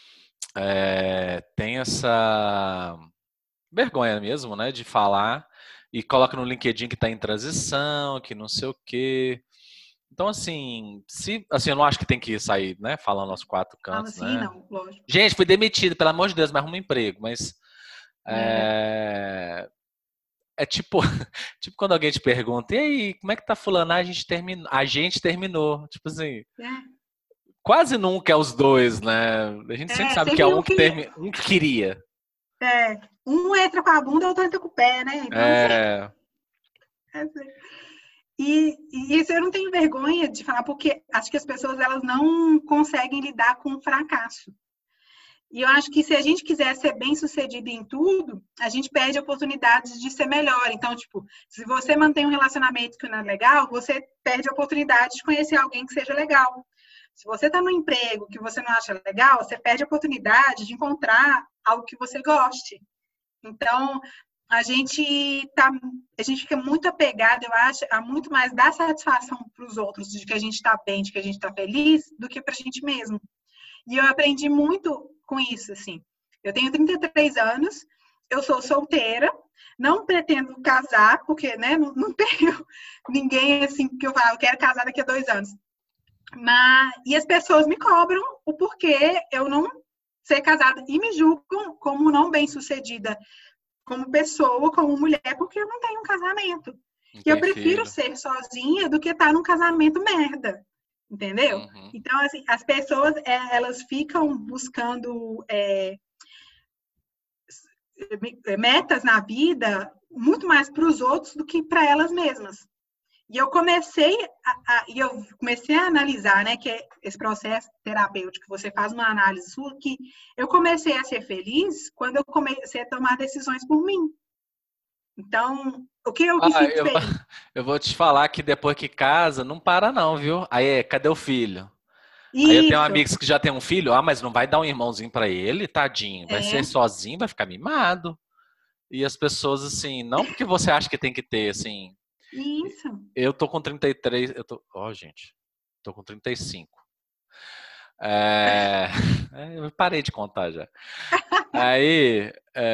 tem essa vergonha mesmo, né, de falar e coloca no LinkedIn que está em transição, que não sei o quê. Então, assim, assim, eu não acho que tem que sair, né, falando aos quatro Fala cantos, assim, né? não, lógico. Gente, fui demitido, pelo amor de Deus, me arruma um emprego, mas É, é tipo, tipo quando alguém te pergunta, e aí, como é que tá fulano? Ah, a gente terminou. Tipo assim, quase nunca é os dois, né? A gente sempre sabe que é sempre um que um que queria. um entra com a bunda, o outro entra com o pé, né? Então, assim, É, assim. E isso eu não tenho vergonha de falar, porque acho que as pessoas elas não conseguem lidar com o fracasso. E eu acho que se a gente quiser ser bem sucedido em tudo, a gente perde oportunidades de ser melhor. Então, tipo, se você mantém um relacionamento que não é legal, você perde a oportunidade de conhecer alguém que seja legal. Se você está no emprego que você não acha legal, você perde a oportunidade de encontrar algo que você goste. Então, a gente fica muito apegado, eu acho, a muito mais dar satisfação para os outros de que a gente está bem, de que a gente está feliz, do que para a gente mesmo. E eu aprendi muito com isso, assim. Eu tenho 33 anos, eu sou solteira, não pretendo casar, porque, né, não tenho ninguém, assim, que eu falo, eu quero casar daqui a 2 anos. E as pessoas me cobram o porquê eu não ser casada e me julgam como não bem-sucedida como pessoa, como mulher, porque eu não tenho um casamento. não E eu tem prefiro filho. ser sozinha do que estar num casamento merda. Entendeu? Uhum. Então, assim, as pessoas, elas ficam buscando metas na vida muito mais para os outros do que para elas mesmas. E eu comecei a analisar, né, que é esse processo terapêutico, você faz uma análise sua, que eu comecei a ser feliz quando eu comecei a tomar decisões por mim. Então, o que eu me Ah, sinto feliz? eu vou te falar que depois que casa, não para não, viu? Aí, cadê o filho? Aí eu tenho Isso, amigos que já tem um filho, mas não vai dar um irmãozinho pra ele, tadinho. Vai ser é, sozinho, vai ficar mimado. E as pessoas, assim, não porque você acha que tem que ter, assim. isso. Eu tô com 33, gente, tô com 35. É, eu parei de contar já. Aí,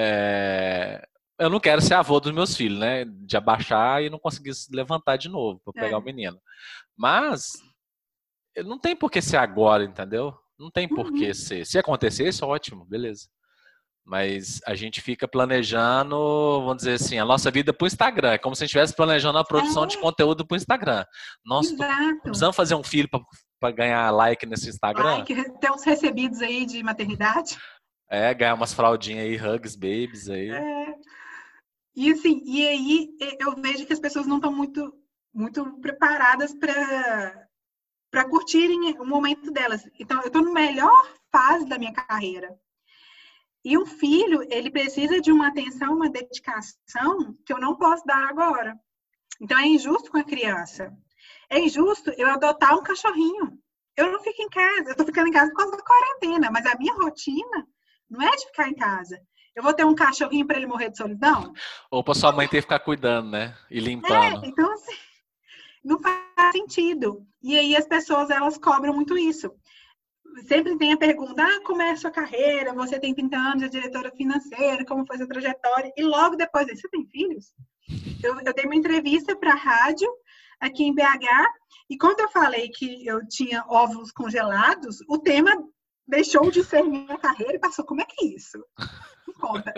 eu não quero ser avô dos meus filhos, né? De abaixar e não conseguir se levantar de novo pra pegar o É. menino. Mas não tem por que ser agora, entendeu? Não tem por que Uhum. ser. Se acontecesse, ótimo, beleza. Mas a gente fica planejando, vamos dizer assim, a nossa vida para o Instagram. É como se a gente estivesse planejando a produção de É, conteúdo para o Instagram. Nossa, tô exato. precisando fazer um filho para ganhar like nesse Instagram. Like, tem uns recebidos aí de maternidade. Ganhar umas fraldinhas aí, hugs, babies aí. É. E assim, e aí eu vejo que as pessoas não estão muito preparadas para curtirem o momento delas. Então, eu estou na melhor fase da minha carreira. E um filho, ele precisa de uma atenção, uma dedicação que eu não posso dar agora. Então, é injusto com a criança. É injusto eu adotar um cachorrinho. Eu não fico em casa, eu estou ficando em casa por causa da quarentena, mas a minha rotina não é de ficar em casa. Eu vou ter um cachorrinho para ele morrer de solidão? Ou para sua mãe ter que ficar cuidando, né? E limpando. Então, assim, não faz sentido. E aí as pessoas, elas cobram muito isso. Sempre tem a pergunta, como é a sua carreira? Você tem 30 anos, é diretora financeira, como foi a sua trajetória? E logo depois, você tem filhos? Eu dei uma entrevista para a rádio aqui em BH, e quando eu falei que eu tinha óvulos congelados, o tema deixou de ser minha carreira e passou, como é que é isso? Me conta.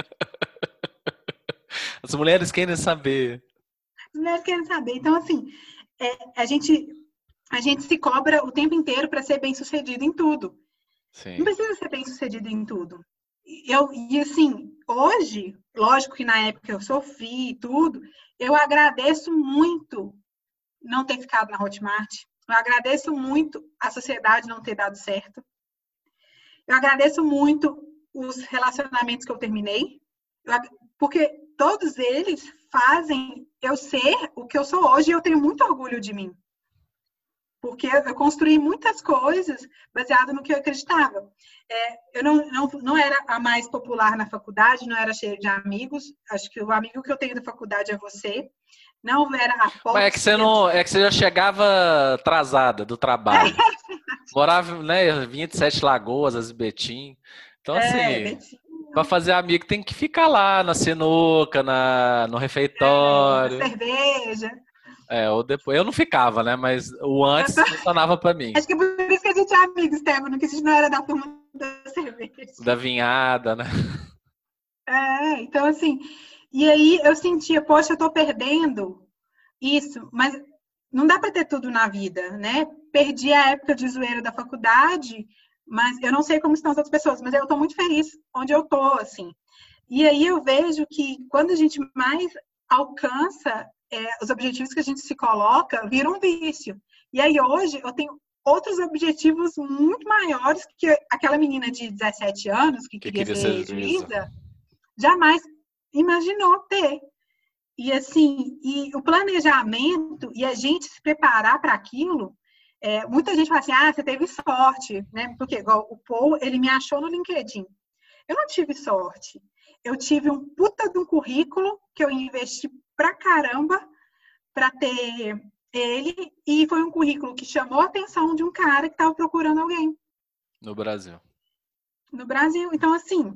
As mulheres querem saber. As mulheres querem saber. Então, assim, a gente se cobra o tempo inteiro para ser bem sucedido em tudo. Não Sim. precisa ser bem sucedido em tudo. E assim, hoje, lógico que na época eu sofri e tudo, eu agradeço muito não ter ficado na Hotmart. Eu agradeço muito a sociedade não ter dado certo. Eu agradeço muito os relacionamentos que eu terminei. Porque todos eles fazem eu ser o que eu sou hoje e eu tenho muito orgulho de mim. Porque eu construí muitas coisas baseado no que eu acreditava. Eu não era a mais popular na faculdade, não era cheia de amigos. Acho que o amigo que eu tenho da faculdade é você. Não era a foto. Mas é que você já chegava atrasada do trabalho. Morava, né, 27 Lagoas, as Betim. Então, assim, para fazer amigo tem que ficar lá na sinuca, no refeitório. Na cerveja. Ou depois. Eu não ficava, né? Mas o antes funcionava para mim. Acho que é por isso que a gente é amigo, Stefano, que a gente não era da turma da cerveja. Da vinhada, né? Então assim, e aí eu sentia, poxa, eu tô perdendo isso, mas não dá para ter tudo na vida, né? Perdi a época de zoeira da faculdade, mas eu não sei como estão as outras pessoas, mas eu tô muito feliz onde eu tô, assim. E aí eu vejo que quando a gente mais alcança os objetivos que a gente se coloca, vira um vício. E aí hoje eu tenho outros objetivos muito maiores que aquela menina de 17 anos que queria ser juíza, jamais imaginou ter. E assim, e o planejamento e a gente se preparar para aquilo, muita gente fala assim, você teve sorte, né? Porque igual o Paul, ele me achou no LinkedIn. Eu não tive sorte. Eu tive um puta de um currículo que eu investi pra caramba para ter ele, e foi um currículo que chamou a atenção de um cara que estava procurando alguém. No Brasil. No Brasil. Então, assim,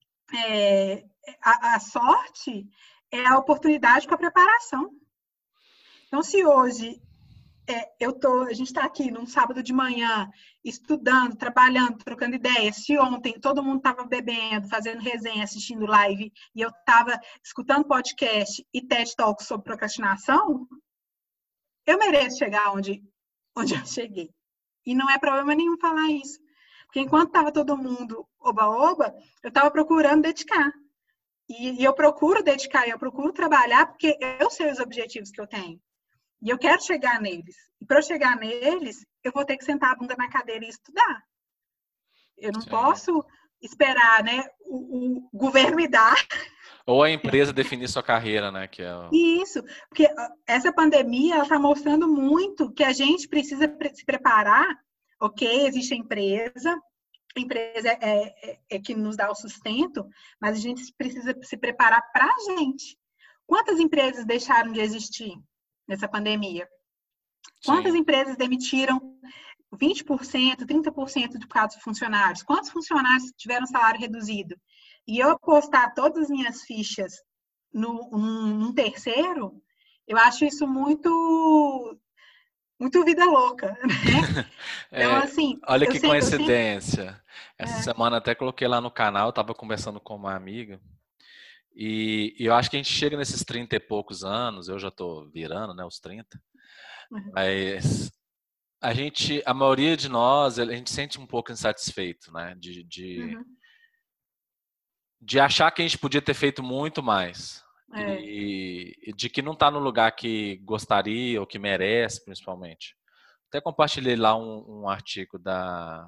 a sorte é a oportunidade com a preparação. Então, se hoje a gente está aqui num sábado de manhã, estudando, trabalhando, trocando ideias. Se ontem todo mundo estava bebendo, fazendo resenha, assistindo live, e eu estava escutando podcast e TED Talk sobre procrastinação, eu mereço chegar onde eu cheguei. E não é problema nenhum falar isso. Porque enquanto estava todo mundo oba-oba, eu estava procurando dedicar. E eu procuro dedicar, eu procuro trabalhar, porque eu sei os objetivos que eu tenho. E eu quero chegar neles. E para eu chegar neles, eu vou ter que sentar a bunda na cadeira e estudar. Eu não posso esperar, né, o governo me dar. Ou a empresa definir sua carreira, né? Isso, porque essa pandemia está mostrando muito que a gente precisa se preparar. Ok, existe a empresa é que nos dá o sustento, mas a gente precisa se preparar para a gente. Quantas empresas deixaram de existir nessa pandemia? Quantas empresas demitiram 20%, 30% de cada funcionários? Quantos funcionários tiveram salário reduzido? E eu apostar todas as minhas fichas num terceiro, eu acho isso muito vida louca, né? Então, assim... Olha que coincidência. Essa semana até coloquei lá no canal, estava conversando com uma amiga, e eu acho que a gente chega nesses 30 e poucos anos, eu já estou virando, né, os 30, mas a maioria de nós, a gente sente um pouco insatisfeito, né, de achar que a gente podia ter feito muito mais. E de que não está no lugar que gostaria ou que merece, principalmente. Até compartilhei lá um artigo da...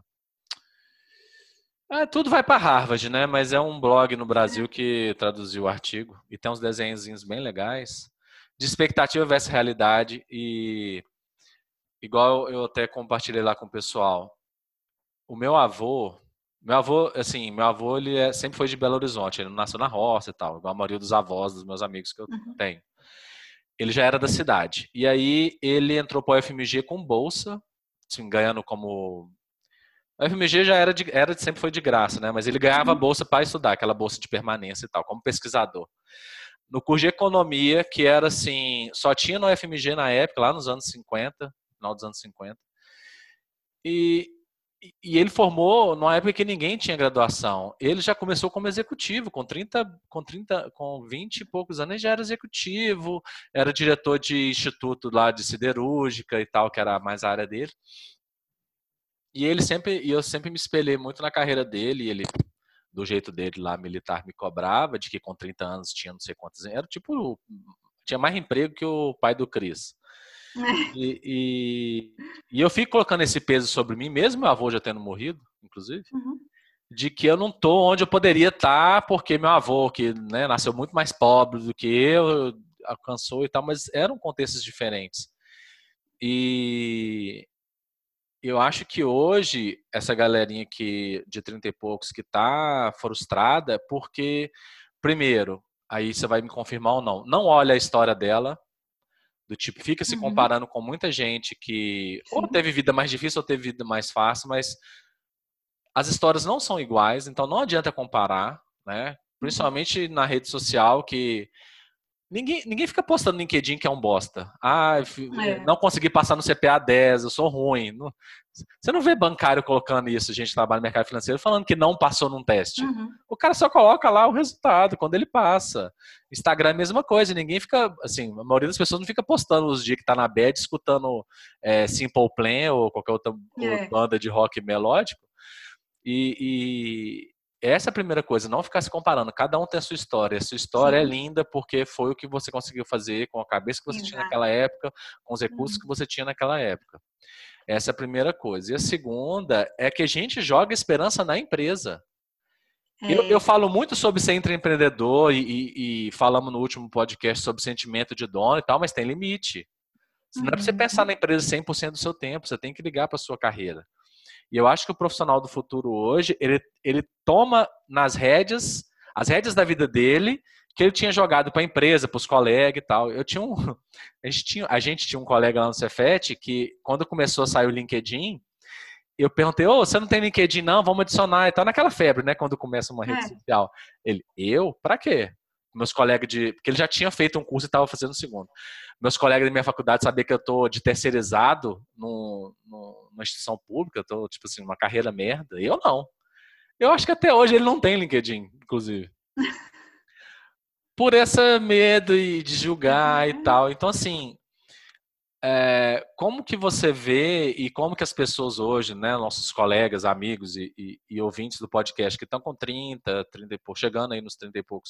tudo vai para Harvard, né? Mas é um blog no Brasil que traduziu o artigo. E tem uns desenhozinhos bem legais. De expectativa versus realidade. E igual eu até compartilhei lá com o pessoal. O meu avô, assim, ele sempre foi de Belo Horizonte. Ele nasceu na roça e tal. Igual a maioria dos avós dos meus amigos que eu tenho. Ele já era da cidade. E aí ele entrou para o UFMG com bolsa, assim, ganhando como... O UFMG já sempre foi de graça, né? Mas ele ganhava bolsa para estudar, aquela bolsa de permanência e tal, como pesquisador. No curso de economia, que era assim, só tinha no UFMG na época, lá nos anos 50, final dos anos 50. E ele formou numa época que ninguém tinha graduação. Ele já começou como executivo, com 20 e poucos anos ele já era executivo, era diretor de instituto lá de siderúrgica e tal, que era mais a área dele. E eu sempre me espelhei muito na carreira dele, e ele, do jeito dele lá, militar, me cobrava de que com 30 anos tinha não sei quantos, tinha mais emprego que o pai do Cris. E eu fico colocando esse peso sobre mim, mesmo meu avô já tendo morrido, inclusive. de que eu não tô onde eu poderia estar, porque meu avô, que, né, nasceu muito mais pobre do que eu, alcançou e tal, mas eram contextos diferentes. E eu acho que hoje, essa galerinha que, de 30 e poucos que tá frustrada, é porque, primeiro, aí você vai me confirmar ou não, não olha a história dela, do tipo, fica se Uhum, comparando com muita gente que ou sim. teve vida mais difícil ou teve vida mais fácil, mas as histórias não são iguais, então não adianta comparar, né? Uhum. Principalmente na rede social, que ninguém fica postando no LinkedIn que é um bosta. Ah, É. não consegui passar no CPA 10, eu sou ruim. Você não vê bancário colocando isso, gente que trabalha no mercado financeiro, falando que não passou num teste. Uhum. O cara só coloca lá o resultado quando ele passa. Instagram é a mesma coisa, ninguém fica, assim, a maioria das pessoas não fica postando os dias que tá na bed, escutando Simple Plan ou qualquer outra É. banda de rock melódico. E essa é a primeira coisa, não ficar se comparando. Cada um tem a sua história. A sua história é Sim. linda porque foi o que você conseguiu fazer com a cabeça que você tinha Exato. naquela época, com os recursos que Uhum. você tinha naquela época. Essa é a primeira coisa. E a segunda é que a gente joga esperança na empresa. Eu É. falo muito sobre ser empreendedor e falamos no último podcast sobre sentimento de dono e tal, mas tem limite. Não é para você pensar Uhum. na empresa 100% do seu tempo, você tem que ligar para a sua carreira. E eu acho que o profissional do futuro hoje, ele toma nas rédeas, as rédeas da vida dele, que ele tinha jogado para a empresa, para os colegas e tal. Eu tinha um, a gente tinha um colega lá no Cefet que, quando começou a sair o LinkedIn, eu perguntei, ô, você não tem LinkedIn não? Vamos adicionar e tal, naquela febre, né, quando começa uma rede É. social. Ele, eu? Para quê? Meus colegas de... Porque ele já tinha feito um curso e estava fazendo o segundo. Meus colegas da minha faculdade sabiam que eu tô de terceirizado numa instituição pública, eu tô, tipo assim, uma carreira merda. Eu não. Eu acho que até hoje ele não tem LinkedIn, inclusive. Por esse medo de julgar e É. tal. Então, assim, como que você vê e como que as pessoas hoje, né, nossos colegas, amigos e ouvintes do podcast que estão com 30 e poucos, chegando aí nos 30 e poucos,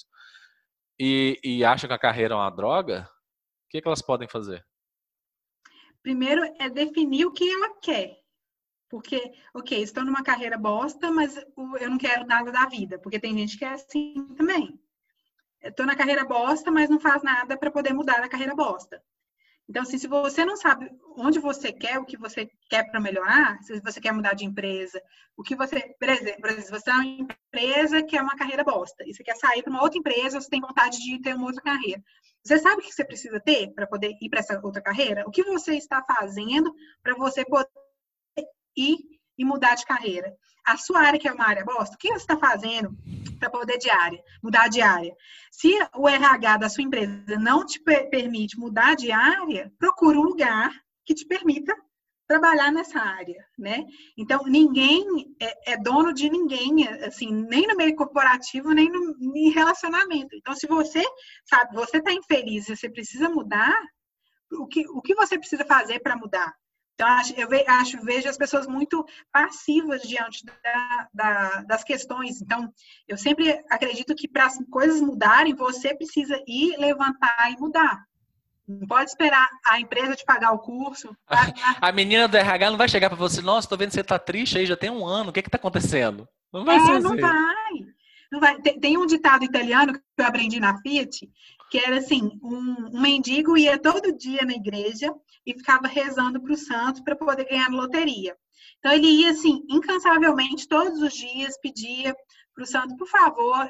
e acham que a carreira é uma droga, o que elas podem fazer? Primeiro é definir o que ela quer. Porque, ok, estou numa carreira bosta, mas eu não quero nada da vida. Porque tem gente que é assim também. Estou na carreira bosta, mas não faz nada para poder mudar da carreira bosta. Então, assim, se você não sabe onde você quer, o que você quer para melhorar, se você quer mudar de empresa, o que você, por exemplo, se você é uma empresa que é uma carreira bosta, e você quer sair para uma outra empresa, você tem vontade de ter uma outra carreira. Você sabe o que você precisa ter para poder ir para essa outra carreira? O que você está fazendo para você poder ir e mudar de carreira? A sua área, que é uma área bosta, o que você está fazendo para poder mudar de área? Se o RH da sua empresa não te permite mudar de área, procure um lugar que te permita trabalhar nessa área, né? Então, ninguém é dono de ninguém, assim, nem no meio corporativo, nem no em relacionamento. Então, se você sabe, você está infeliz e você precisa mudar, o que você precisa fazer para mudar? Então, vejo as pessoas muito passivas diante das questões. Então, eu sempre acredito que para as coisas mudarem, você precisa ir, levantar e mudar. Não pode esperar a empresa te pagar o curso. A menina do RH não vai chegar para você, nossa, tô vendo que você tá triste aí, já tem um ano, o que que tá acontecendo? Não vai ser Não assim. vai. Não vai. Tem um ditado italiano que eu aprendi na Fiat, que era assim, um mendigo ia todo dia na igreja e ficava rezando para o santo para poder ganhar na loteria. Então ele ia assim, incansavelmente, todos os dias, pedia para o santo, por favor,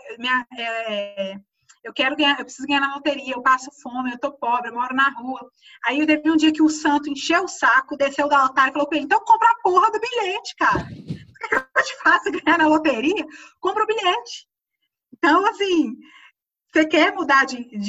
eu quero ganhar, eu preciso ganhar na loteria, eu passo fome, eu tô pobre, eu moro na rua. Aí teve um dia que o santo encheu o saco, desceu do altar e falou para ele, então compra a porra do bilhete, cara. Eu te faço ganhar na loteria, compra o bilhete. Então, assim, você quer mudar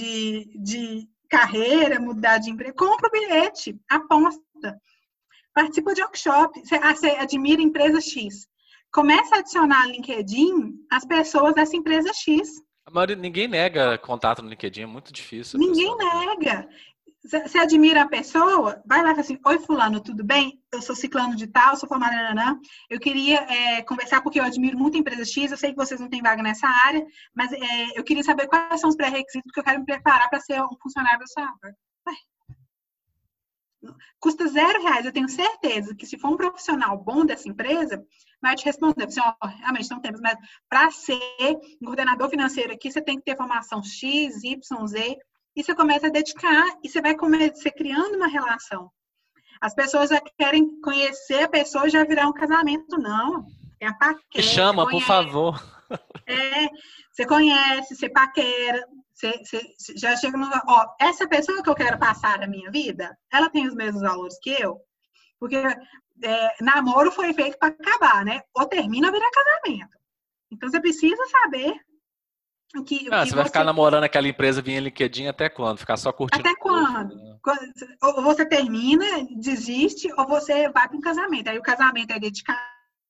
de carreira, mudar de emprego, compra o bilhete, aposta, participa de workshop, você admira a empresa X. Começa a adicionar no LinkedIn as pessoas dessa empresa X. Ninguém nega contato no LinkedIn, é muito difícil a Ninguém pessoa negar. nega. Você admira a pessoa, vai lá e fala assim, oi fulano, tudo bem? Eu sou ciclano de tal, sou formada, eu queria conversar porque eu admiro muito a empresa X, eu sei que vocês não têm vaga nessa área, mas eu queria saber quais são os pré-requisitos, porque eu quero me preparar para ser um funcionário dessa área. custa R$0. Eu tenho certeza que se for um profissional bom dessa empresa, vai te responder assim, ó, realmente não temos, mas para ser um coordenador financeiro aqui, você tem que ter formação X, Y, Z, e você começa a dedicar, e você vai começar criando uma relação. As pessoas já querem conhecer a pessoa e já virar um casamento, não. É a paquera. Me chama, por favor. Você conhece, você paquera, você já chega no... Ó, essa pessoa que eu quero passar na minha vida, ela tem os mesmos valores que eu, porque namoro foi feito para acabar, né? Ou termina ou vira casamento. Então, você precisa saber o que você vai ficar namorando aquela empresa via LinkedIn até quando? Ficar só curtindo? Até quando? Ou você termina, desiste, ou você vai para um casamento. Aí o casamento é dedicação,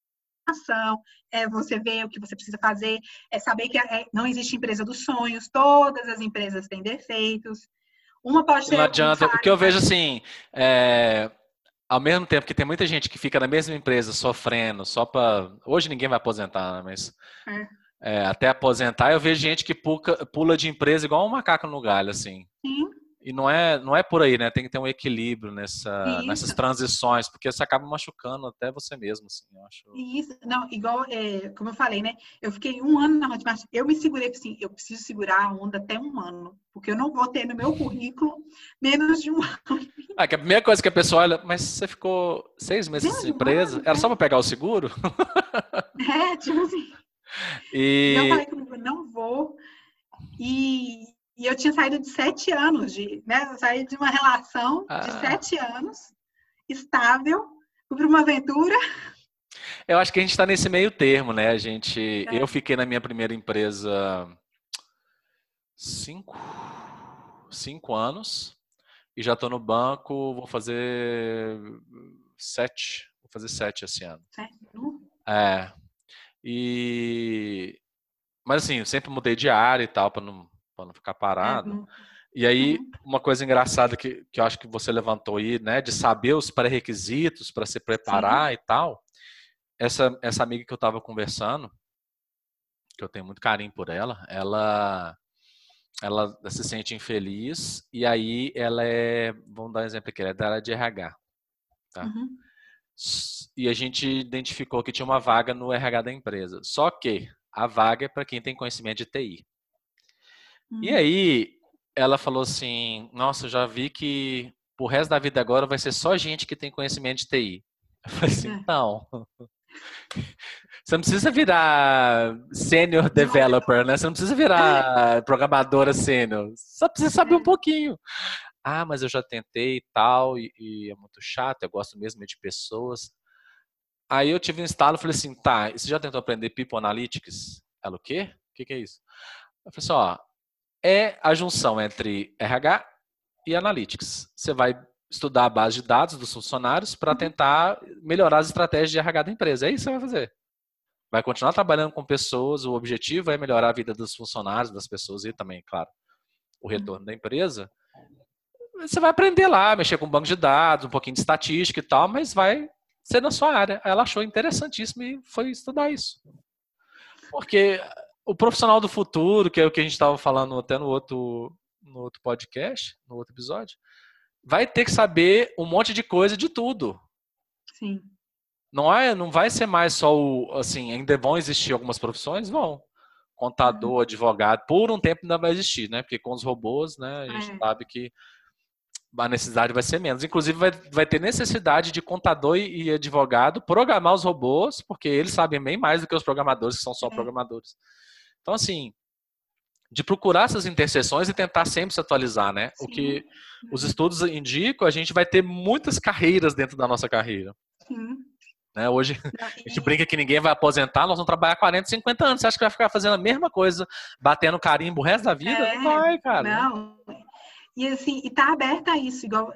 é você ver o que você precisa fazer, é saber que não existe empresa dos sonhos, todas as empresas têm defeitos. Uma pode ser... Não adianta, o que eu vejo assim, ao mesmo tempo que tem muita gente que fica na mesma empresa sofrendo, só para... Hoje ninguém vai aposentar, né? Mas até aposentar, eu vejo gente que pula de empresa igual um macaco no galho, assim. Sim. E não é por aí, né? Tem que ter um equilíbrio nessas transições, porque você acaba machucando até você mesmo, assim, eu acho. Isso, não, igual, como eu falei, né? Eu fiquei 1 ano na Hotmart, eu me segurei, assim, eu preciso segurar a onda até 1 ano, porque eu não vou ter no meu currículo menos de 1 ano. Que a primeira coisa que a pessoa olha, mas você ficou 6 meses nessa empresa? Era só para pegar o seguro? Tipo assim. Então eu falei comigo, não vou. E eu tinha saído de 7 anos, né? Eu saí de uma relação de 7 anos, estável, fui para uma aventura. Eu acho que a gente está nesse meio termo, né? Eu fiquei na minha primeira empresa 5 anos e já estou no banco, vou fazer 7 esse ano. Mas assim, eu sempre mudei de área e tal, para não ficar parado. E aí, uma coisa engraçada que eu acho que você levantou aí, né, de saber os pré-requisitos para se preparar. Sim. E tal. Essa amiga que eu estava conversando, que eu tenho muito carinho por ela se sente infeliz e aí vamos dar um exemplo aqui, ela é da área de RH. Tá? Uhum. E a gente identificou que tinha uma vaga no RH da empresa. Só que a vaga é para quem tem conhecimento de TI. E aí, ela falou assim, nossa, eu já vi que pro resto da vida agora vai ser só gente que tem conhecimento de TI. Eu falei assim, não. Você não precisa virar senior developer, né? Você não precisa virar programadora sênior. Só precisa saber um pouquinho. Mas eu já tentei e tal, e é muito chato, eu gosto mesmo de pessoas. Aí eu tive um estalo e falei assim, tá, você já tentou aprender People Analytics? Ela, o quê? O que é isso? Eu falei assim, é a junção entre RH e Analytics. Você vai estudar a base de dados dos funcionários para tentar melhorar as estratégias de RH da empresa. É isso que você vai fazer. Vai continuar trabalhando com pessoas, o objetivo é melhorar a vida dos funcionários, das pessoas e também, claro, o retorno da empresa. Você vai aprender lá, mexer com banco de dados, um pouquinho de estatística e tal, mas vai ser na sua área. Ela achou interessantíssimo e foi estudar isso. Porque o profissional do futuro, que é o que a gente estava falando até no outro podcast, no outro episódio, vai ter que saber um monte de coisa de tudo. Sim. Não vai ser mais só assim, ainda vão existir algumas profissões? Vão. Contador, advogado, por um tempo ainda vai existir, né? Porque com os robôs, né, a gente sabe que a necessidade vai ser menos. Inclusive, vai ter necessidade de contador e advogado programar os robôs, porque eles sabem bem mais do que os programadores, que são só programadores. Então, assim, de procurar essas interseções e tentar sempre se atualizar, né? Sim. O que os estudos indicam, a gente vai ter muitas carreiras dentro da nossa carreira. Sim. Né? Hoje, a gente brinca que ninguém vai aposentar, nós vamos trabalhar 40, 50 anos. Você acha que vai ficar fazendo a mesma coisa, batendo carimbo o resto da vida? Não vai, cara. Não. E assim, tá aberta a isso, igual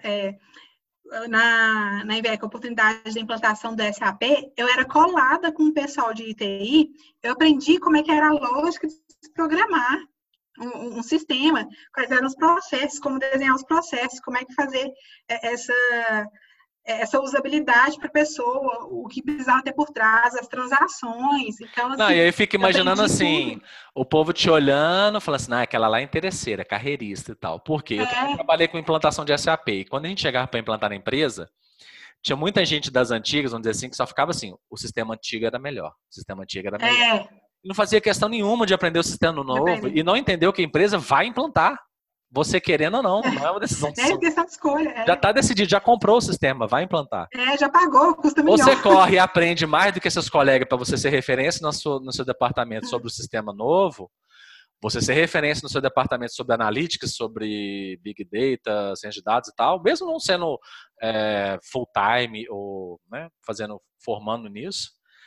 na IVEC, a oportunidade de implantação do SAP, eu era colada com o pessoal de ITI, eu aprendi como é que era a lógica de programar um sistema, quais eram os processos, como desenhar os processos, como é que fazer essa usabilidade para a pessoa, o que precisava ter por trás, as transações. Então, Não, assim, e aí eu fico eu imaginando aprendi assim, tudo. o povo te olhando, falando assim, aquela lá é interesseira, carreirista e tal. Por quê? Eu também É, trabalhei com implantação de SAP. E quando a gente chegava para implantar na empresa, tinha muita gente das antigas, vamos dizer assim, que só ficava assim, o sistema antigo era melhor, o sistema antigo era melhor. é, E não fazia questão nenhuma de aprender o sistema de novo aprender. e não entendeu que a empresa vai implantar. Você querendo ou não, não é uma decisão É sua. questão de escolha. Já está decidido, já comprou o sistema, vai implantar. Já pagou, custa Ou milhão. você corre e aprende mais do que seus colegas para você ser referência no seu departamento sobre o sistema novo, você ser referência no seu departamento sobre analytics, sobre big data, ciência de dados e tal, mesmo não sendo full time ou né, formando nisso,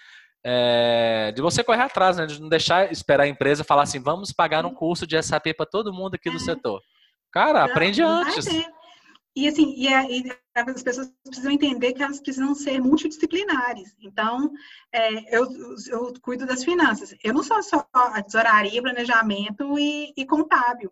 de você correr atrás, né, de não deixar esperar a empresa falar assim, vamos pagar um curso de SAP para todo mundo aqui do setor. Cara, Não, aprende não vai antes. ter. E assim, as pessoas precisam entender que elas precisam ser multidisciplinares. Então, eu cuido das finanças. Eu não sou só a tesouraria, planejamento e contábil.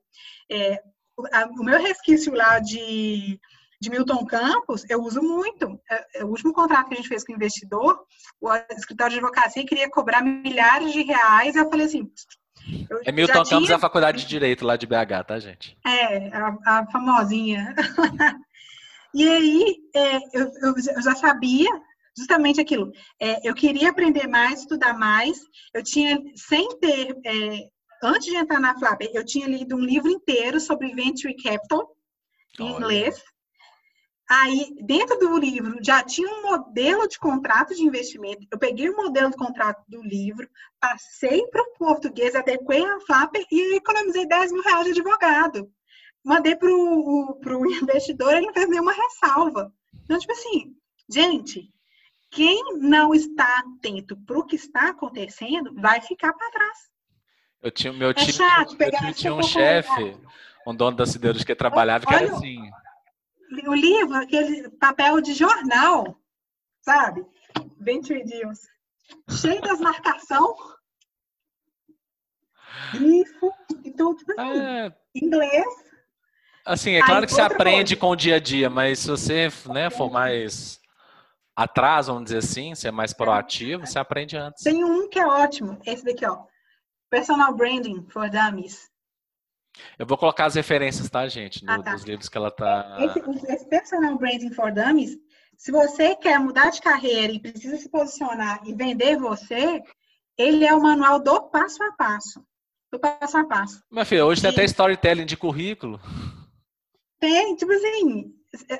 O meu resquício lá de Milton Campos, eu uso muito. O último contrato que a gente fez com o investidor, o escritório de advocacia queria cobrar milhares de reais. Eu falei assim, eu É já Milton Campos, tinha a faculdade de Direito lá de BH, tá, gente? a famosinha. E aí, eu já sabia justamente aquilo. Eu queria aprender mais, estudar mais. Eu tinha, sem ter, antes de entrar na FLAP, eu tinha lido um livro inteiro sobre Venture Capital, em Olha. inglês. Aí, dentro do livro, já tinha um modelo de contrato de investimento. Eu peguei o modelo de contrato do livro, passei para o português, adequei a FLAP e economizei 10 mil reais de advogado. Mandei para o investidor, ele não fez nenhuma ressalva. Então, tipo assim, gente, quem não está atento para o que está acontecendo vai ficar para trás. Meu É tio, chato meu pegar tio esse tinha um pouco. chefe, um dono da siderúrgica que trabalhava, que era Olha assim. o livro, aquele papel de jornal, sabe? Venture Deals. Cheio das marcações, grifo e tudo, tipo assim, É, inglês. assim, é claro Aí, que você outra aprende coisa. com o dia a dia, mas se você né, for mais atrás, vamos dizer assim, ser mais proativo, você aprende antes. Tem um que é ótimo, esse daqui, ó. Personal Branding for Dummies. Eu vou colocar as referências, tá, gente, Tá. dos livros que ela tá. Esse Personal Branding for Dummies, se você quer mudar de carreira e precisa se posicionar e vender você, ele é o manual do passo a passo. Do passo a passo. Meu filho, hoje tem até De, storytelling de currículo. tem, tipo assim,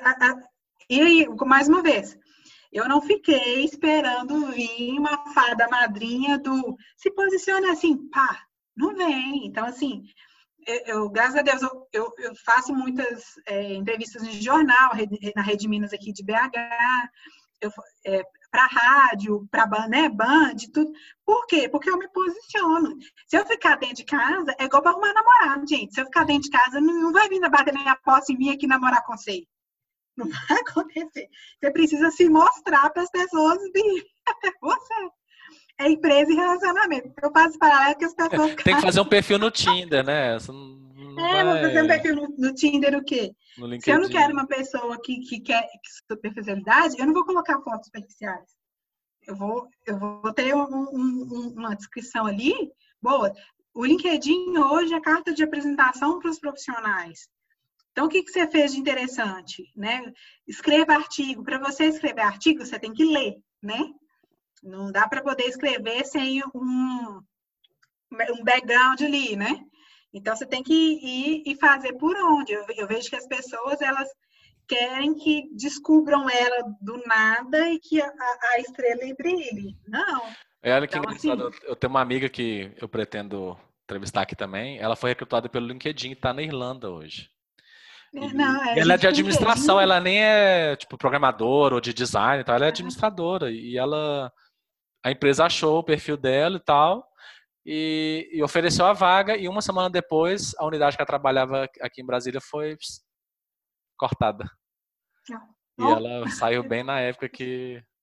e mais uma vez, eu não fiquei esperando vir uma fada madrinha do se posiciona assim, pá, não vem. Então, assim, graças a Deus, eu faço muitas entrevistas em jornal, na Rede Minas aqui de BH, para rádio, para né, Band, tudo. Por quê? Porque eu me posiciono. Se eu ficar dentro de casa, é igual para arrumar namorado, gente. Se eu ficar dentro de casa, não vai vir bater na minha porta e vir aqui namorar com você. Não vai acontecer. Você precisa se mostrar para as pessoas virem até você. É empresa e relacionamento. Eu faço paralelo que as pessoas Tem que fazer um perfil no Tinder, né? Você não vou fazer um vai perfil no Tinder o quê? no Se eu não quero LinkedIn. uma pessoa que quer superficialidade, eu não vou colocar fotos superficiais. Eu vou ter uma descrição ali boa. O LinkedIn hoje é carta de apresentação para os profissionais. Então, o que você fez de interessante? Né? Escreva artigo. Para você escrever artigo, você tem que ler, né? Não dá para poder escrever sem um background ali, né? Então, você tem que ir e fazer por onde. Eu vejo que as pessoas, elas querem que descubram ela do nada e que a estrela brilhe. Não. Olha que Então, assim... engraçado, eu tenho uma amiga que eu pretendo entrevistar aqui também. Ela foi recrutada pelo LinkedIn e está na Irlanda hoje. Não, E a ela é de gente com administração, LinkedIn... ela nem é tipo programadora ou de design, então ela é administradora. E a empresa achou o perfil dela e tal, e ofereceu a vaga, e uma semana depois, a unidade que ela trabalhava aqui em Brasília foi cortada. E Oh, ela saiu bem na época que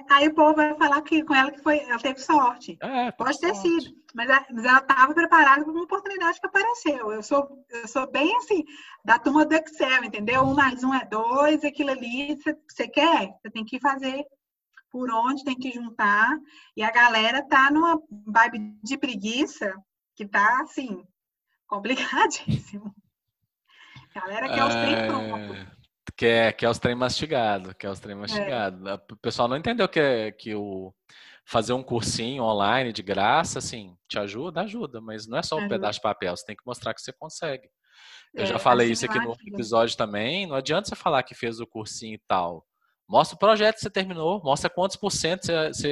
Aí o povo vai falar que com ela que ela teve sorte. Pode ter sido, mas ela estava preparada para uma oportunidade que apareceu. Eu sou bem assim, da turma do Excel, entendeu? 1 mais 1 é 2, aquilo ali você quer, você tem que fazer por onde, tem que juntar. E a galera tá numa vibe de preguiça que tá assim, complicadíssimo. A galera quer os trem pronto. Que é os trem mastigado, O pessoal não entendeu que o fazer um cursinho online de graça, assim, te ajuda, mas não é só um pedaço de papel, você tem que mostrar que você consegue. Eu já falei isso aqui no outro episódio também, não adianta você falar que fez o cursinho e tal. Mostra o projeto que você terminou, mostra quantos por cento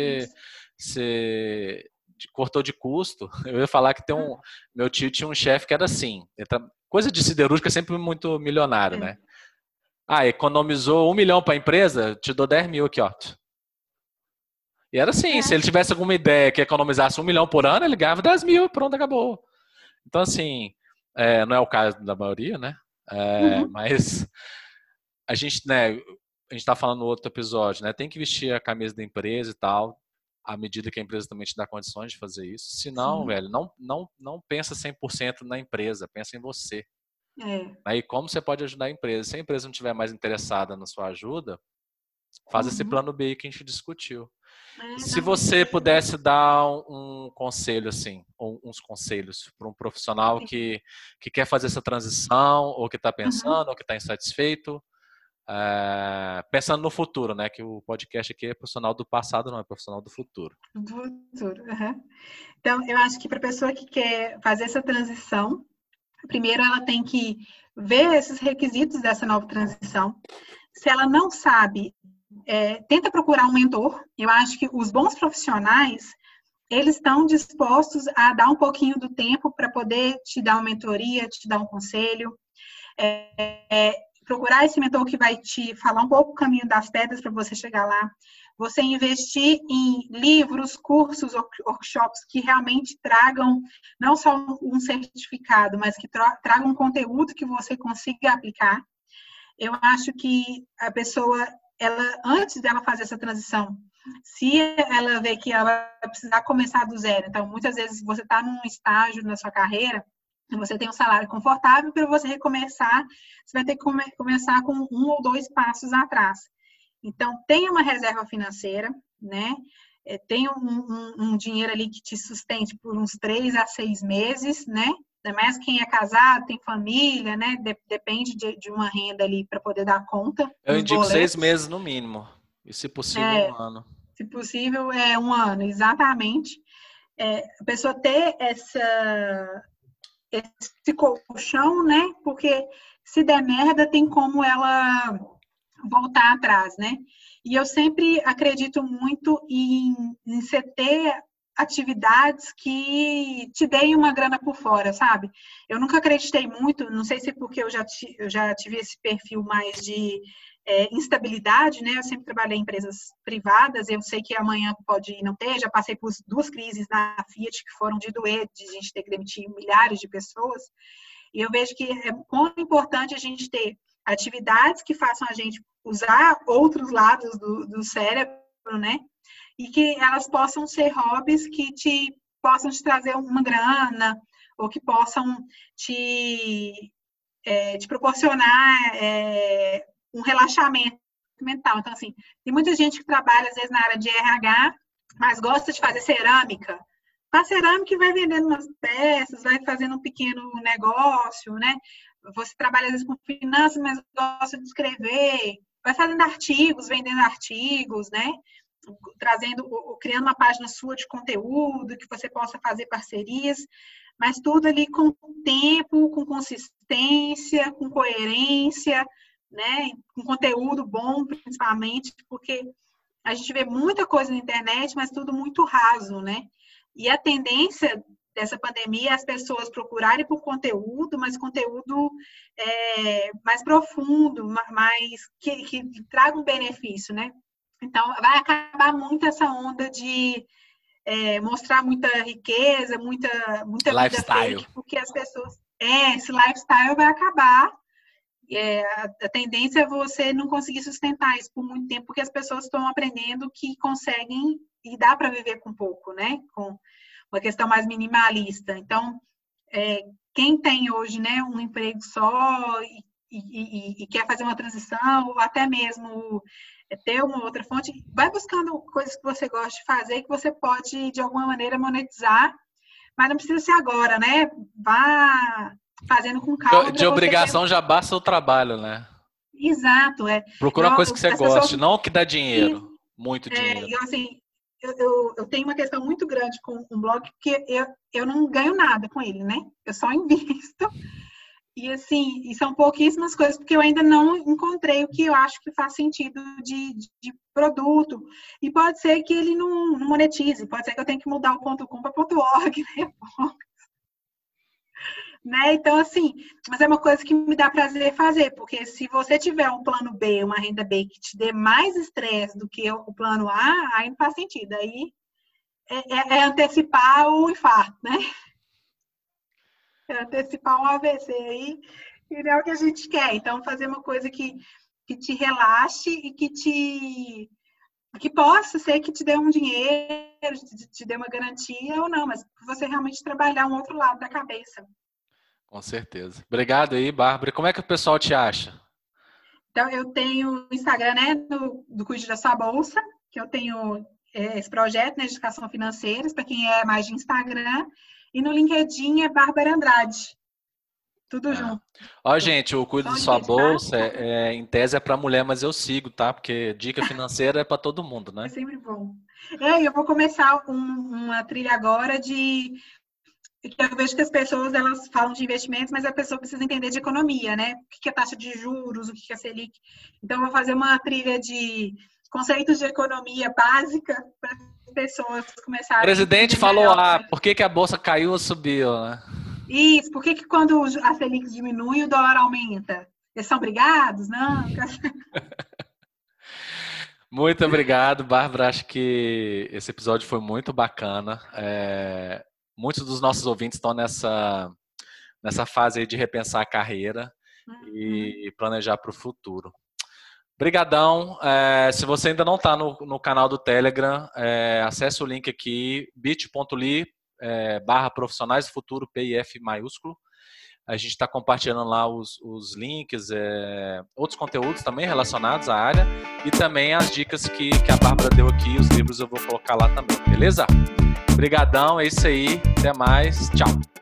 você cortou de custo. Eu ia falar que meu tio tinha um chefe que era assim, coisa de siderúrgica é sempre muito milionário, né? Economizou 1 milhão para a empresa, te dou 10 mil aqui, ó. E era assim, se ele tivesse alguma ideia que economizasse 1 milhão por ano, ele ganhava 10 mil, pronto, acabou. Então, assim, não é o caso da maioria, né? Mas a gente, né, a gente tá falando no outro episódio, né? Tem que vestir a camisa da empresa e tal, à medida que a empresa também te dá condições de fazer isso. Se não, velho, não pensa 100% na empresa, pensa em você. Aí como você pode ajudar a empresa? Se a empresa não estiver mais interessada na sua ajuda, faz esse plano B que a gente discutiu. Se você pudesse dar um conselho, assim, ou uns conselhos para um profissional que quer fazer essa transição, ou que está pensando, ou que está insatisfeito, pensando no futuro, né? Que o podcast aqui é profissional do passado, não é profissional do futuro. Do futuro, Então, eu acho que para a pessoa que quer fazer essa transição, primeiro ela tem que ver esses requisitos dessa nova transição. Se ela não sabe, tenta procurar um mentor. Eu acho que os bons profissionais, eles estão dispostos a dar um pouquinho do tempo para poder te dar uma mentoria, te dar um conselho. Procurar esse mentor que vai te falar um pouco o caminho das pedras para você chegar lá. Você investir em livros, cursos, workshops que realmente tragam não só um certificado, mas que tragam um conteúdo que você consiga aplicar. Eu acho que a pessoa, antes dela fazer essa transição, se ela vê que ela vai precisar começar do zero, então muitas vezes você está num estágio na sua carreira, você tem um salário confortável, para você recomeçar, você vai ter que começar com 1 ou 2 passos atrás. Então, tenha uma reserva financeira, né? Tenha um dinheiro ali que te sustente por uns 3 a 6 meses, né? Ainda mais quem é casado, tem família, né? Depende de uma renda ali para poder dar conta. Eu indico 6 meses no mínimo. E se possível, 1 ano. Se possível, 1 ano, exatamente. A pessoa ter esse colchão, né? Porque se der merda, tem como ela voltar atrás, né? E eu sempre acredito muito em você ter atividades que te deem uma grana por fora, sabe? Eu nunca acreditei muito, não sei se é porque eu já tive esse perfil mais de instabilidade, né? Eu sempre trabalhei em empresas privadas, eu sei que amanhã pode não ter, já passei por 2 crises na Fiat que foram de doer, de a gente ter que demitir milhares de pessoas, e eu vejo que é muito importante a gente ter atividades que façam a gente usar outros lados do cérebro, né? E que elas possam ser hobbies que possam te trazer uma grana, ou que possam te proporcionar um relaxamento mental. Então, assim, tem muita gente que trabalha, às vezes, na área de RH, mas gosta de fazer cerâmica. Faz cerâmica e vai vendendo umas peças, vai fazendo um pequeno negócio, né? Você trabalha, às vezes, com finanças, mas gosta de escrever, vai fazendo artigos, vendendo artigos, né? Criando uma página sua de conteúdo, que você possa fazer parcerias, mas tudo ali com tempo, com consistência, com coerência, né? Com conteúdo bom, principalmente, porque a gente vê muita coisa na internet, mas tudo muito raso, né? E a tendência dessa pandemia é as pessoas procurarem por conteúdo, mas conteúdo mais profundo, mais que traga um benefício, né? Então, vai acabar muito essa onda de mostrar muita riqueza, muita vida lifestyle. fake, porque as pessoas... esse lifestyle vai acabar A tendência é você não conseguir sustentar isso por muito tempo, porque as pessoas estão aprendendo que conseguem e dá para viver com pouco, né? Com uma questão mais minimalista. Então, quem tem hoje, né, um emprego só e quer fazer uma transição, ou até mesmo ter uma outra fonte, vai buscando coisas que você gosta de fazer, que você pode, de alguma maneira, monetizar, mas não precisa ser agora, né? Vá fazendo com calma. De obrigação já basta o trabalho, né? Exato. Procura uma coisa que você goste, não que dá dinheiro, muito dinheiro. Assim, eu tenho uma questão muito grande com um blog, porque eu não ganho nada com ele, né? Eu só invisto. E assim, e são pouquíssimas coisas, porque eu ainda não encontrei o que eu acho que faz sentido de produto. E pode ser que ele não monetize, pode ser que eu tenha que mudar o .com para .org, né? Então, assim, mas é uma coisa que me dá prazer fazer, porque se você tiver um plano B, uma renda B que te dê mais estresse do que o plano A, aí não faz sentido. Aí é antecipar o infarto, né? Antecipar um AVC aí, e não é o que a gente quer. Então, fazer uma coisa que te relaxe e que possa ser que te dê um dinheiro, te dê uma garantia ou não, mas você realmente trabalhar um outro lado da cabeça. Com certeza. Obrigado aí, Bárbara. Como é que o pessoal te acha? Então, eu tenho o Instagram, né, do Cuide da Sua Bolsa, que eu tenho esse projeto, né, de educação financeira, para quem é mais de Instagram. E no LinkedIn é Bárbara Andrade. Tudo junto. Ó, gente, o Cuide da Sua Bolsa, em tese, é para mulher, mas eu sigo, tá? Porque dica financeira é para todo mundo, né? É sempre bom. Eu vou começar uma trilha agora que eu vejo que as pessoas, elas falam de investimentos, mas a pessoa precisa entender de economia, né? O que é taxa de juros, o que é Selic. Então, eu vou fazer uma trilha de conceitos de economia básica para as pessoas começarem. O presidente falou por que a bolsa caiu ou subiu, né? Isso, por que quando a Selic diminui, o dólar aumenta? Eles são brigados? Não. Muito obrigado, Bárbara. Acho que esse episódio foi muito bacana. Muitos dos nossos ouvintes estão nessa fase aí de repensar a carreira e planejar para o futuro. Brigadão. Se você ainda não está no canal do Telegram, acesse o link aqui, bit.ly/profissionais do futuro, PIF maiúsculo. A gente está compartilhando lá os links, outros conteúdos também relacionados à área e também as dicas que a Bárbara deu aqui, os livros eu vou colocar lá também, beleza? Brigadão, é isso aí. Até mais. Tchau.